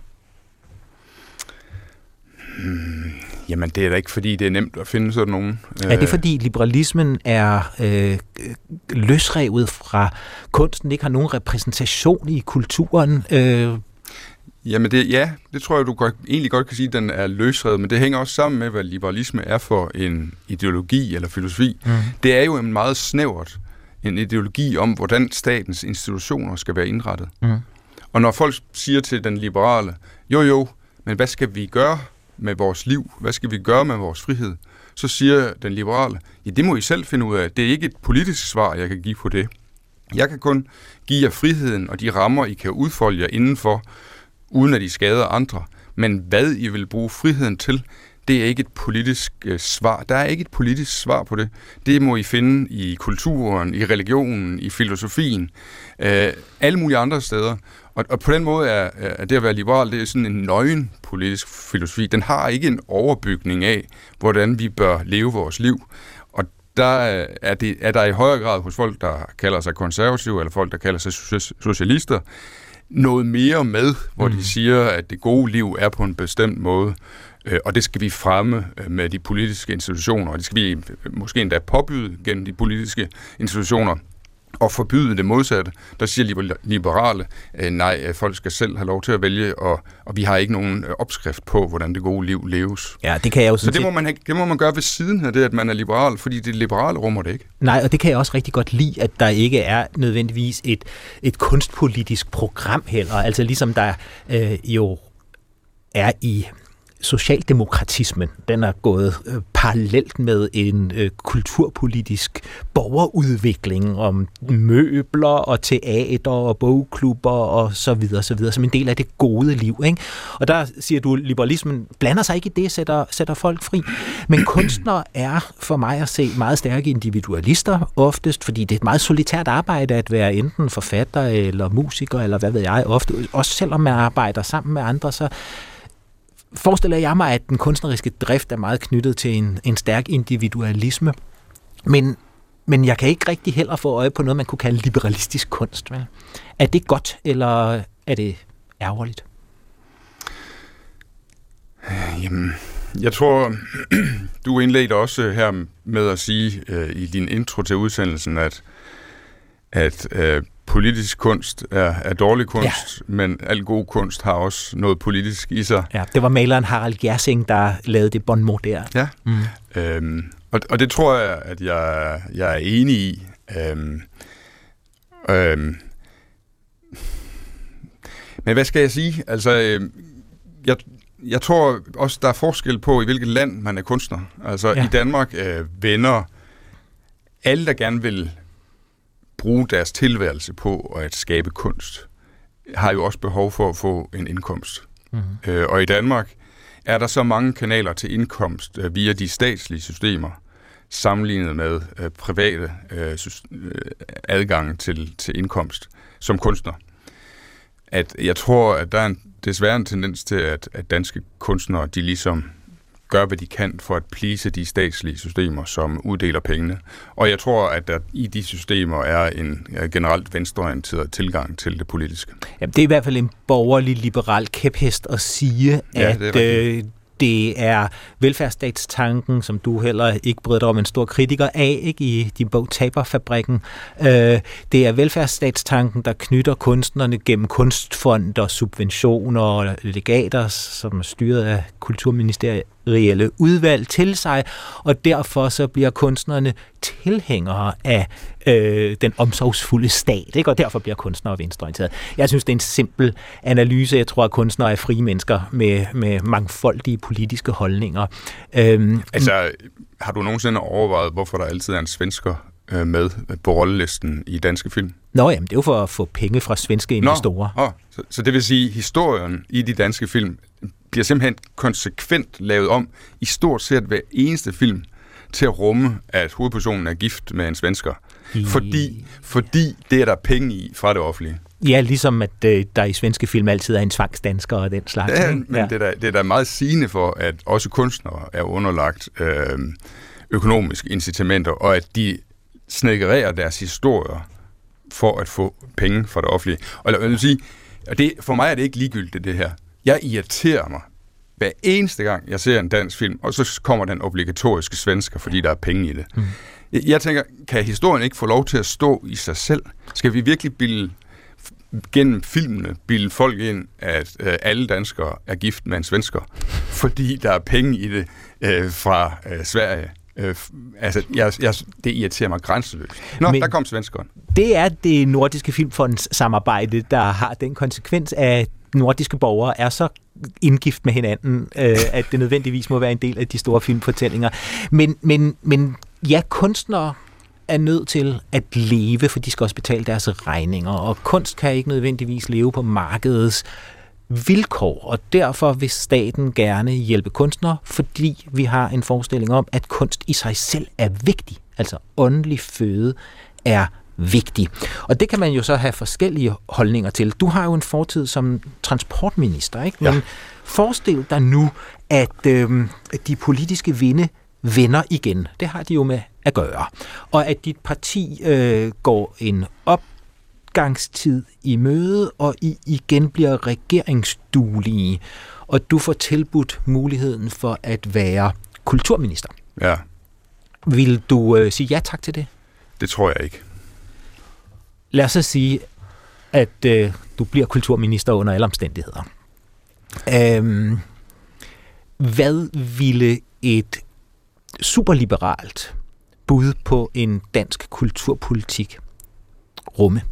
Jamen, det er da ikke, fordi det er nemt at finde sådan nogen. Er det, fordi liberalismen er løsrevet fra kunsten, ikke har nogen repræsentation i kulturen? Jamen, det tror jeg, du egentlig godt kan sige, at den er løsrevet, men det hænger også sammen med, hvad liberalisme er for en ideologi eller filosofi. Det er jo en meget snævert en ideologi om, hvordan statens institutioner skal være indrettet. Og når folk siger til den liberale, jo, men hvad skal vi gøre med vores liv? Hvad skal vi gøre med vores frihed? Så siger den liberale, ja, det må I selv finde ud af. Det er ikke et politisk svar, jeg kan give på det. Jeg kan kun give jer friheden og de rammer, I kan udfolde jer indenfor, uden at I skader andre. Men hvad I vil bruge friheden til, det er ikke et politisk svar. Der er ikke et politisk svar på det. Det må I finde i kulturen, i religionen, i filosofien, alle mulige andre steder. Og på den måde er det at være liberal, det er sådan en nøgen politisk filosofi. Den har ikke en overbygning af, hvordan vi bør leve vores liv. Og der er der i højere grad hos folk, der kalder sig konservative, eller folk, der kalder sig socialister, noget mere med, hvor de siger, at det gode liv er på en bestemt måde. Og det skal vi fremme med de politiske institutioner, og det skal vi måske endda påbyde gennem de politiske institutioner, og forbyde det modsatte. Der siger liberale, nej, folk skal selv have lov til at vælge, og vi har ikke nogen opskrift på, hvordan det gode liv leves. Ja, det kan jeg jo så det må man gøre ved siden af det, at man er liberal, fordi det liberale rummer det ikke. Nej, og det kan jeg også rigtig godt lide, at der ikke er nødvendigvis et kunstpolitisk program heller. Altså ligesom der jo er i socialdemokratismen. Den er gået parallelt med en kulturpolitisk borgerudvikling om møbler og teater og bogklubber og så videre, som en del af det gode liv, ikke? Og der siger du, liberalismen blander sig ikke i det, sætter folk fri. Men kunstnere er for mig at se meget stærke individualister oftest, fordi det er et meget solitært arbejde at være enten forfatter eller musiker eller hvad ved jeg ofte. Også selvom man arbejder sammen med andre, så forestiller jeg mig, at den kunstneriske drift er meget knyttet til en stærk individualisme. Men jeg kan ikke rigtig heller få øje på noget, man kunne kalde liberalistisk kunst. Vel? Er det godt, eller er det ærgerligt? Jamen, jeg tror, du indledte også her med at sige i din intro til udsendelsen, at politisk kunst er dårlig kunst, men al god kunst har også noget politisk i sig. Ja, det var maleren Harald Gjersing, der lavede det bon mot der. Ja, og det tror jeg, at jeg er enig i. Men hvad skal jeg sige? Altså, jeg tror også, der er forskel på, i hvilket land man er kunstner. Altså, i Danmark vender alle, der gerne vil bruge deres tilværelse på at skabe kunst, har jo også behov for at få en indkomst. Mm-hmm. Og i Danmark er der så mange kanaler til indkomst via de statslige systemer, sammenlignet med private adgang til indkomst som kunstner. At jeg tror, at der er desværre en tendens til, at danske kunstnere, de ligesom gør, hvad de kan for at please de statslige systemer, som uddeler pengene. Og jeg tror, at der i de systemer er en generelt venstreorienteret tilgang til det politiske. Jamen, det er i hvert fald en borgerlig-liberal kæphest at sige, at det er velfærdsstatstanken, som du heller ikke bryder dig om en stor kritiker af, ikke, i din bog Taberfabrikken. Det er velfærdsstatstanken, der knytter kunstnerne gennem kunstfonder, subventioner og legater, som er styret af kulturministerielle udvalg til sig, og derfor så bliver kunstnerne tilhængere af den omsorgsfulde stat, ikke? Og derfor bliver kunstnere venstreorienteret. Jeg synes, det er en simpel analyse. Jeg tror, at kunstnere er frie mennesker med mangfoldige politiske holdninger. Altså, har du nogensinde overvejet, hvorfor der altid er en svensker med på rollelisten i danske film? Nå, jamen, det er jo for at få penge fra svenske investorer. Så det vil sige, at historien i de danske film bliver simpelthen konsekvent lavet om i stort set hver eneste film til at rumme, at hovedpersonen er gift med en svensker. Fordi det er der penge i fra det offentlige. Ja, ligesom at der i svenske film altid er en tvangsdansker og den slags. Ja, men det er da meget sigende for, at også kunstnere er underlagt økonomiske incitamenter, og at de snedkererer deres historier for at få penge fra det offentlige. Og jeg vil sige, for mig er det ikke ligegyldigt, det her. Jeg irriterer mig hver eneste gang, jeg ser en dansk film, og så kommer den obligatoriske svensker, fordi der er penge i det. Mm. Jeg tænker, kan historien ikke få lov til at stå i sig selv? Skal vi virkelig gennem filmene bilde folk ind, at alle danskere er gift med en svensker, fordi der er penge i det fra Sverige? Det irriterer mig grænseløst. Der kom svenskeren. Det er det nordiske filmfondssamarbejde, der har den konsekvens, at nordiske borgere er så indgift med hinanden, at det nødvendigvis må være en del af de store filmfortællinger. Men ja, kunstnere er nødt til at leve, for de skal også betale deres regninger, og kunst kan ikke nødvendigvis leve på markedets vilkår, og derfor vil staten gerne hjælpe kunstnere, fordi vi har en forestilling om, at kunst i sig selv er vigtig, altså åndelig føde er vigtig. Og det kan man jo så have forskellige holdninger til. Du har jo en fortid som transportminister, ikke? Men forestil dig nu, at de politiske vinde vender igen. Det har de jo med at gøre. Og at dit parti går en opgangstid i møde, og I igen bliver regeringsduelige, og du får tilbudt muligheden for at være kulturminister. Ja. Vil du sige ja tak til det? Det tror jeg ikke. Lad os så sige, at du bliver kulturminister under alle omstændigheder. Hvad ville et superliberalt bud på en dansk kulturpolitik rumme?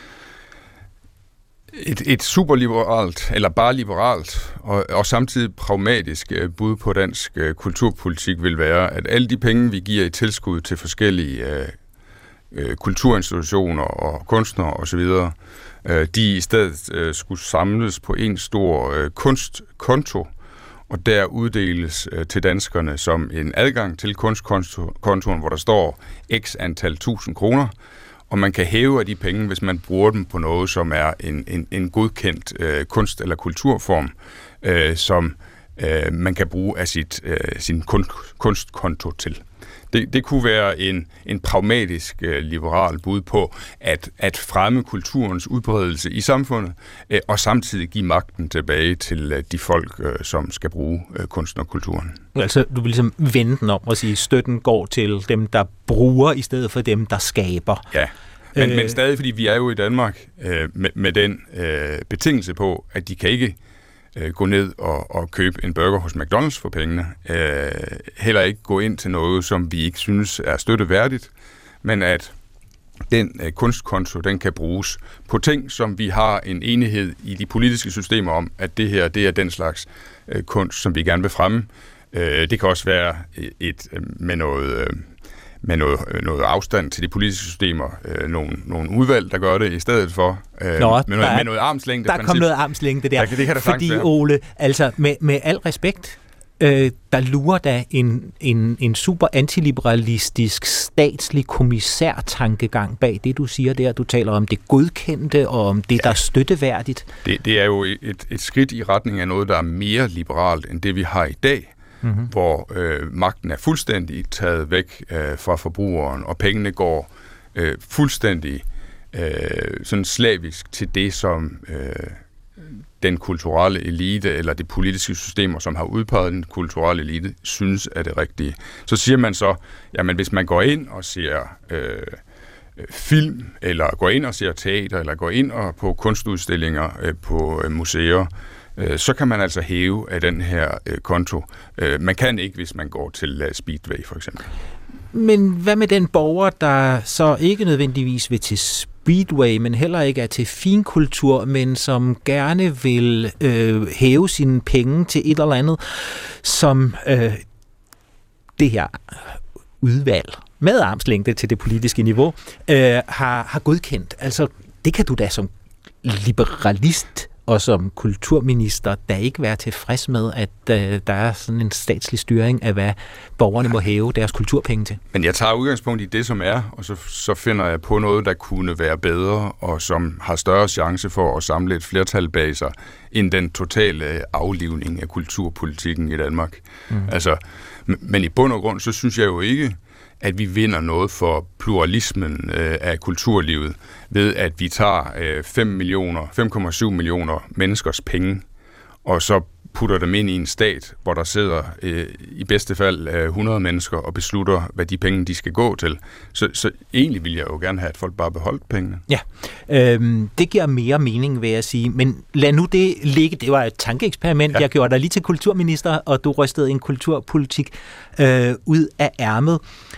Et superliberalt, eller bare liberalt, og samtidig pragmatisk bud på dansk kulturpolitik vil være, at alle de penge, vi giver i tilskud til forskellige kulturinstitutioner og kunstnere osv., de i stedet skulle samles på en stor kunstkonto, og der uddeles til danskerne som en adgang til kunstkontoen, hvor der står x antal 1000 kroner, og man kan hæve af de penge, hvis man bruger dem på noget, som er en godkendt kunst- eller kulturform, som man kan bruge af sin kunstkonto til. Det kunne være en pragmatisk liberal bud på at fremme kulturens udbredelse i samfundet, og samtidig give magten tilbage til de folk, som skal bruge kunsten og kulturen. Altså, du vil ligesom vende den om og sige, at støtten går til dem, der bruger, i stedet for dem, der skaber. Ja, Men stadig, fordi vi er jo i Danmark med den betingelse på, at de kan ikke gå ned og købe en burger hos McDonald's for pengene. Heller ikke gå ind til noget, som vi ikke synes er støtteværdigt, men at den kunstkonto, den kan bruges på ting, som vi har en enighed i de politiske systemer om, at det her, det er den slags kunst, som vi gerne vil fremme. Det kan også være med noget afstand til de politiske systemer, nogle udvalg, der gør det i stedet for. Med noget armslængde. Der kom noget armslængde der. Det kan der fordi, Ole, altså med al respekt, der lurer der en super antiliberalistisk statslig kommissærtankegang bag det, du siger der. Du taler om det godkendte og om det, der er støtteværdigt. Det er jo et skridt i retning af noget, der er mere liberalt end det, vi har i dag, hvor magten er fuldstændig taget væk fra forbrugeren, og pengene går fuldstændig sådan slavisk til det, som den kulturelle elite eller de politiske systemer, som har udpeget den kulturelle elite, synes er det rigtige. Så siger man så, jamen hvis man går ind og ser film, eller går ind og ser teater, eller går ind og på kunstudstillinger på museer, så kan man altså hæve af den her konto. Man kan ikke, hvis man går til Speedway for eksempel. Men hvad med den borger, der så ikke nødvendigvis vil til Speedway, men heller ikke er til finkultur, men som gerne vil hæve sine penge til et eller andet, som det her udvalg med armslængde til det politiske niveau har godkendt. Altså, det kan du da som liberalist og som kulturminister da ikke være tilfreds med, at der er sådan en statslig styring af, hvad borgerne må hæve deres kulturpenge til. Men jeg tager udgangspunkt i det, som er, og så finder jeg på noget, der kunne være bedre, og som har større chance for at samle et flertal bag sig, end den totale aflivning af kulturpolitikken i Danmark. Altså, men i bund og grund, så synes jeg jo ikke, at vi vinder noget for pluralismen af kulturlivet ved, at vi tager 5,7 millioner menneskers penge, og så putter dem ind i en stat, hvor der sidder i bedste fald 100 mennesker og beslutter, hvad de penge de skal gå til. Så egentlig vil jeg jo gerne have, at folk bare beholdt pengene. Ja, det giver mere mening, vil jeg sige. Men lad nu det ligge. Det var et tankeeksperiment. Jeg gjorde dig lige til kulturminister, og du rystede en kulturpolitik ud af ærmet.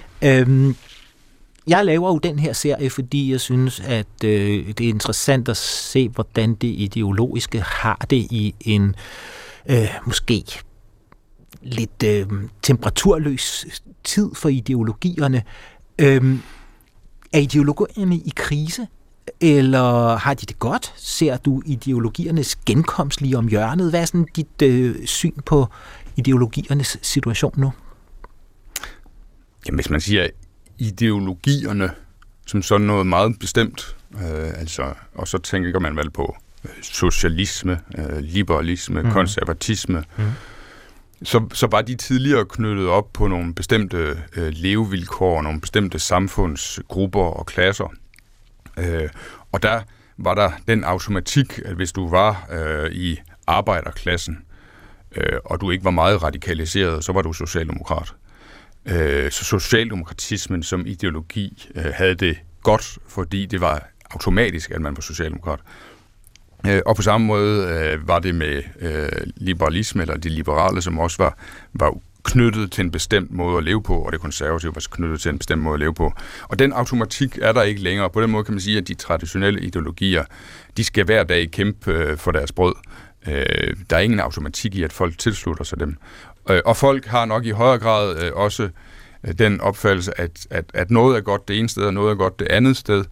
Jeg laver jo den her serie, fordi jeg synes, at det er interessant at se, hvordan det ideologiske har det i en måske lidt temperaturløs tid for ideologierne. Er ideologierne i krise, eller har de det godt? Ser du ideologiernes genkomst lige om hjørnet? Hvad er sådan dit syn på ideologiernes situation nu? Jamen, hvis man siger ideologierne som sådan noget meget bestemt, og så tænker man vel på socialisme, liberalisme, konservatisme, så var de tidligere knyttet op på nogle bestemte levevilkår, nogle bestemte samfundsgrupper og klasser. Og der var der den automatik, at hvis du var i arbejderklassen, og du ikke var meget radikaliseret, så var du socialdemokrat. Så socialdemokratismen som ideologi havde det godt, fordi det var automatisk, at man var socialdemokrat. Og på samme måde var det med liberalisme, eller de liberale, som også var knyttet til en bestemt måde at leve på, og det konservative var knyttet til en bestemt måde at leve på. Og den automatik er der ikke længere. På den måde kan man sige, at de traditionelle ideologier, de skal hver dag kæmpe for deres brød. Der er ingen automatik i, at folk tilslutter sig dem. Og folk har nok i højere grad også den opfattelse, at noget er godt det ene sted, og noget er godt det andet sted.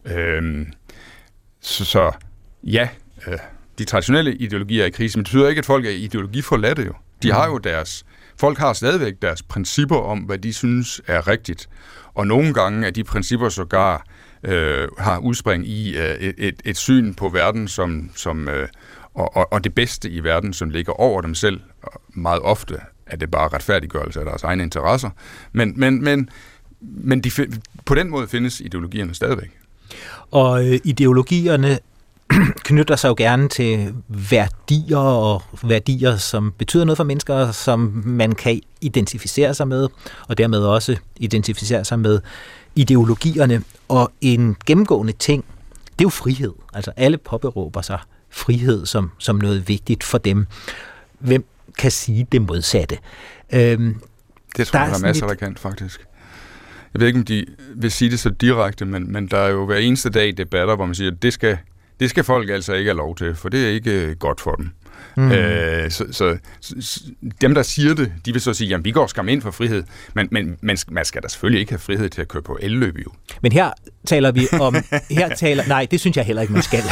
Så ja, de traditionelle ideologier er i krise, men det betyder ikke, at folk er ideologiforladte jo. De har jo folk har stadigvæk deres principper om, hvad de synes er rigtigt. Og nogle gange er de principper sågar har udspring i et syn på verden, og det bedste i verden, som ligger over dem selv. Meget ofte er det bare retfærdiggørelse af deres egne interesser. Men på den måde findes ideologierne stadigvæk. Og ideologierne knytter sig jo gerne til værdier, og værdier, som betyder noget for mennesker, som man kan identificere sig med, og dermed også identificere sig med ideologierne. Og en gennemgående ting, det er jo frihed. Altså alle påberåber sig frihed som noget vigtigt for dem. Hvem kan sige det modsatte? Det tror jeg, der er masser, der kan, faktisk. Jeg ved ikke, om de vil sige det så direkte, men der er jo hver eneste dag debatter, hvor man siger, at det skal folk altså ikke have lov til, for det er ikke godt for dem. Så dem, der siger det, de vil så sige, jamen vi går skam ind for frihed, men man skal da selvfølgelig ikke have frihed til at køre på elløb, jo. Men her taler vi om... nej, det synes jeg heller ikke, man skal.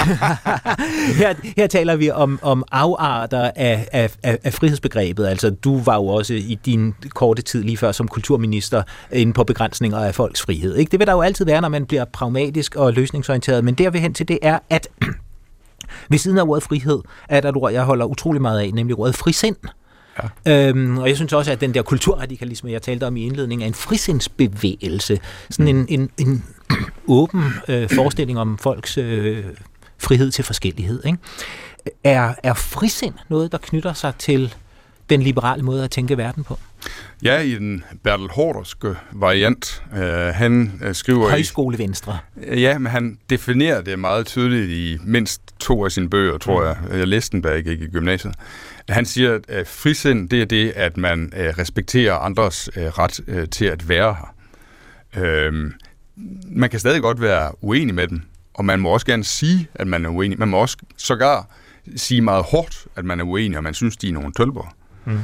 her taler vi om afarter af frihedsbegrebet. Altså, du var jo også i din korte tid lige før som kulturminister inde på begrænsninger af folks frihed. Ikke? Det vil der jo altid være, når man bliver pragmatisk og løsningsorienteret, men der vi hen til det er, at ved siden af ordet frihed, er der et ord, jeg holder utrolig meget af, nemlig ordet frisind. Ja. Og jeg synes også, at den der kulturradikalisme, jeg talte om i indledningen, er en frisindsbevægelse. Sådan en åben forestilling om folks frihed til forskellighed. Ikke? Er frisind noget, der knytter sig til den liberale måde at tænke verden på? Ja, i den Bertel Haarderske variant. Han skriver... Højskolevenstre. Ja, men han definerer det meget tydeligt i mindst 2 af sine bøger, tror jeg. Jeg læste den, da jeg gik i gymnasiet. Han siger, at frisind, det er det, at man respekterer andres ret til at være her. Man kan stadig godt være uenig med dem, og man må også gerne sige, at man er uenig. Man må også sågar sige meget hårdt, at man er uenig, og man synes, de er nogle tølper.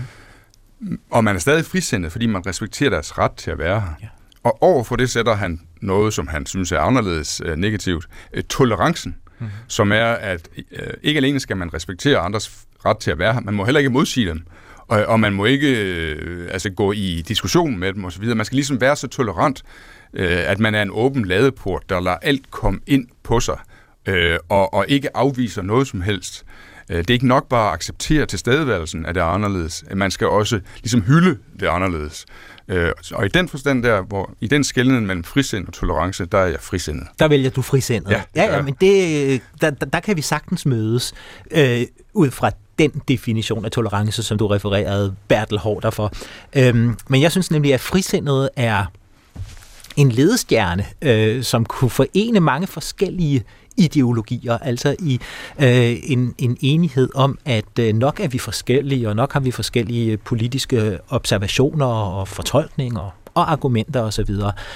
Og man er stadig frisindet, fordi man respekterer deres ret til at være her. Ja. Og overfor det sætter han noget, som han synes er anderledes negativt. Tolerancen, som er, at ikke alene skal man respektere andres ret til at være her, man må heller ikke modsige dem, og man må ikke gå i diskussion med dem osv. Man skal ligesom være så tolerant, at man er en åben ladeport, der lader alt komme ind på sig, og ikke afviser noget som helst. Det er ikke nok bare at acceptere tilstedeværelsen af det anderledes. Man skal også ligesom hylde det anderledes. Og i den forstand der, i den skelnen mellem frisind og tolerance, der er jeg frisindet. Der vælger du frisindet. Ja, men der kan vi sagtens mødes ud fra den definition af tolerance, som du refererede Bertel Haarder for. Men jeg synes nemlig, at frisindet er en ledestjerne, som kunne forene mange forskellige ideologier, altså i en enighed om, at nok er vi forskellige, og nok har vi forskellige politiske observationer og fortolkninger og argumenter osv.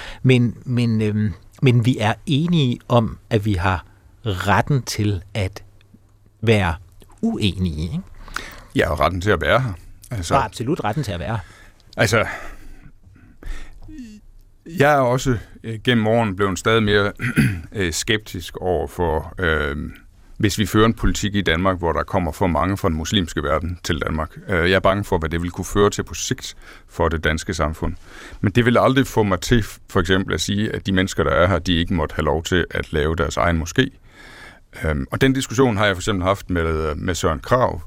Men vi er enige om, at vi har retten til at være uenige. Ikke? Ja, og retten til at være her. Altså, og absolut retten til at være. Altså, jeg er også gennem årene blevet stadig mere skeptisk over for, hvis vi fører en politik i Danmark, hvor der kommer for mange fra den muslimske verden til Danmark. Jeg er bange for, hvad det vil kunne føre til på sigt for det danske samfund. Men det vil aldrig få mig til for eksempel at sige, at de mennesker, der er her, de ikke måtte have lov til at lave deres egen moské. Og den diskussion har jeg for eksempel haft med Søren Krag,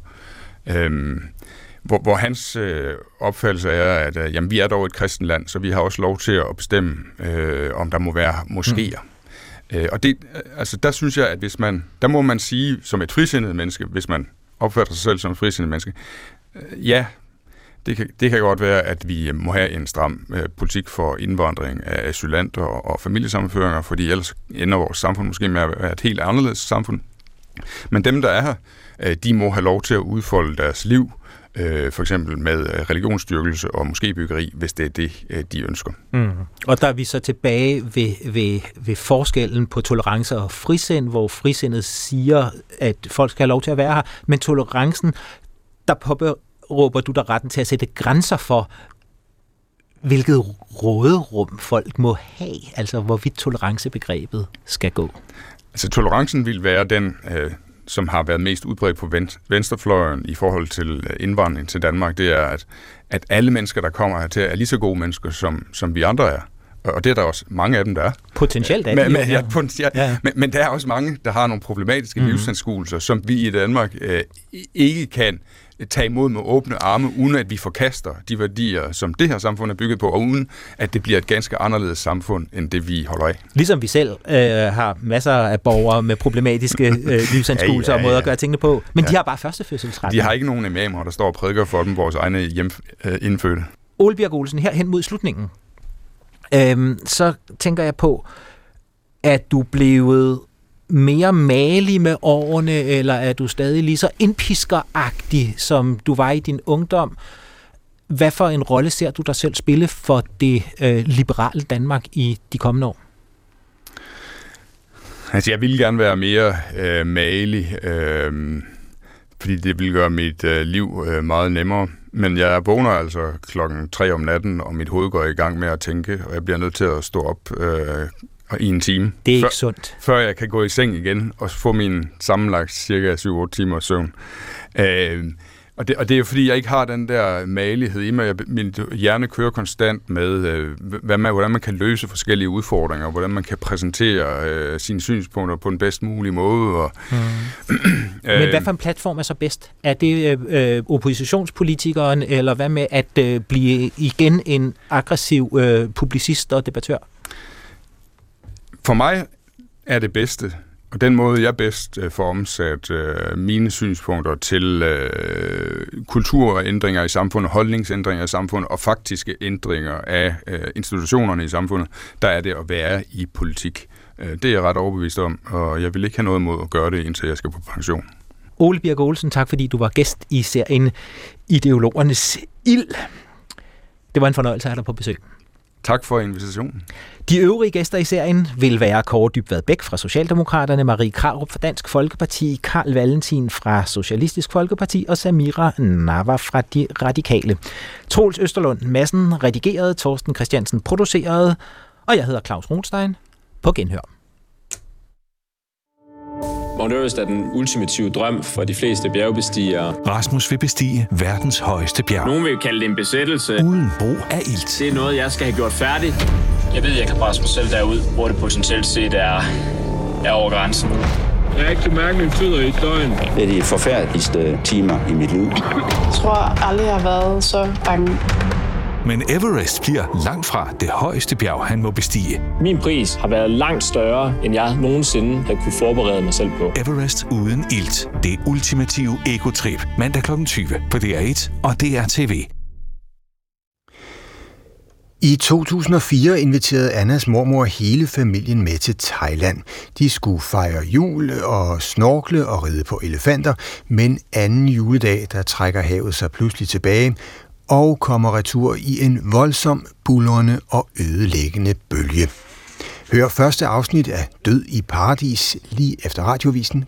hvor hans opfattelse er, at jamen, vi er dog et kristent land, så vi har også lov til at bestemme, om der må være moskéer. Og det, altså, der synes jeg, at der må man sige, som et frisindet menneske, hvis man opfatter sig selv som et frisindet menneske, ja, det kan godt være, at vi må have en stram politik for indvandring af asylanter og familiesammenføringer, fordi ellers ender vores samfund måske med at være et helt anderledes samfund. Men dem, der er her, de må have lov til at udfolde deres liv, for eksempel med religionsstyrkelse og moskébyggeri, hvis det er det, de ønsker. Og der er vi så tilbage ved forskellen på tolerance og frisind, hvor frisindet siger, at folk skal have lov til at være her, men tolerancen, der påberåber du der retten til at sætte grænser for, hvilket råderum folk må have, altså hvorvidt tolerancebegrebet skal gå. Altså tolerancen vil være den, som har været mest udbredt på venstrefløjen i forhold til indvandring til Danmark, det er, at alle mennesker, der kommer hertil, er lige så gode mennesker, som vi andre er. Og det er der også mange af dem, der er. Potentielt er det. Men der er også mange, der har nogle problematiske livsanskuelser, som vi i Danmark ikke kan tage imod med åbne arme, uden at vi forkaster de værdier, som det her samfund er bygget på, og uden at det bliver et ganske anderledes samfund, end det vi holder af. Ligesom vi selv har masser af borgere med problematiske livsanskuelser og måder at gøre tingene på, men de har bare førstefødselsret. De har ikke nogen imamer, der står og prædiker for dem, vores egne indfødte. Ole Birk Olesen, her hen mod slutningen, så tænker jeg på, Er du blevet mere malig med årene, eller er du stadig lige så indpiskeragtig, som du var i din ungdom? Hvad for en rolle ser du dig selv spille for det liberale Danmark i de kommende år? Altså, jeg ville gerne være mere malig, fordi det ville gøre mit liv meget nemmere. Men jeg vågner altså 3:00 om natten, og mit hoved går i gang med at tænke, og jeg bliver nødt til at stå op i en time. Det er ikke sundt. Før jeg kan gå i seng igen og få min sammenlagt cirka 7-8 timer søvn. Og det er jo fordi, jeg ikke har den der malighed i mig. Min hjerne kører konstant med, hvordan man kan løse forskellige udfordringer, hvordan man kan præsentere sine synspunkter på den bedst mulige måde. Men hvad for en platform er så bedst? Er det oppositionspolitikeren, eller hvad med at blive igen en aggressiv publicist og debattør? For mig er det bedste, og den måde, jeg bedst får omsat mine synspunkter til kulturændringer i samfundet, holdningsændringer i samfundet og faktiske ændringer af institutionerne i samfundet, der er det at være i politik. Det er jeg ret overbevist om, og jeg vil ikke have noget imod at gøre det, indtil jeg skal på pension. Ole Birk Olesen, tak fordi du var gæst i serien Ideologernes Ild. Det var en fornøjelse at have dig på besøg. Tak for invitationen. De øvrige gæster i serien vil være Kåre Dybvad Bech fra Socialdemokraterne, Marie Krarup fra Dansk Folkeparti, Carl Valentin fra Socialistisk Folkeparti og Samira Nawa fra De Radikale. Troels Østerlund Madsen redigerede, Torsten Christiansen producerede, og jeg hedder Claus Rothstein. På genhør. Mount Everest er den ultimative drøm for de fleste bjergbestigere. Rasmus vil bestige verdens højeste bjerg. Nogen vil kalde det en besættelse. Uden brug af ilt. Det er noget, jeg skal have gjort færdigt. Jeg ved, jeg kan presse mig selv derud, hvor det potentielt set er over grænsen. Jeg har ikke kunnet mærke mine fødder i et døgn. Det er de forfærdeligste timer i mit liv. Jeg tror aldrig, jeg har været så bange. Men Everest bliver langt fra det højeste bjerg, han må bestige. Min pris har været langt større, end jeg nogensinde har kunne forberede mig selv på. Everest uden ilt. Det ultimative ekotrip. Mandag kl. 20 på DR1 og DR-TV. I 2004 inviterede Annas mormor hele familien med til Thailand. De skulle fejre jul og snorkle og ride på elefanter, men anden juledag, der trækker havet sig pludselig tilbage og kommer retur i en voldsom, buldrende og ødelæggende bølge. Hør første afsnit af Død i Paradis lige efter radiovisen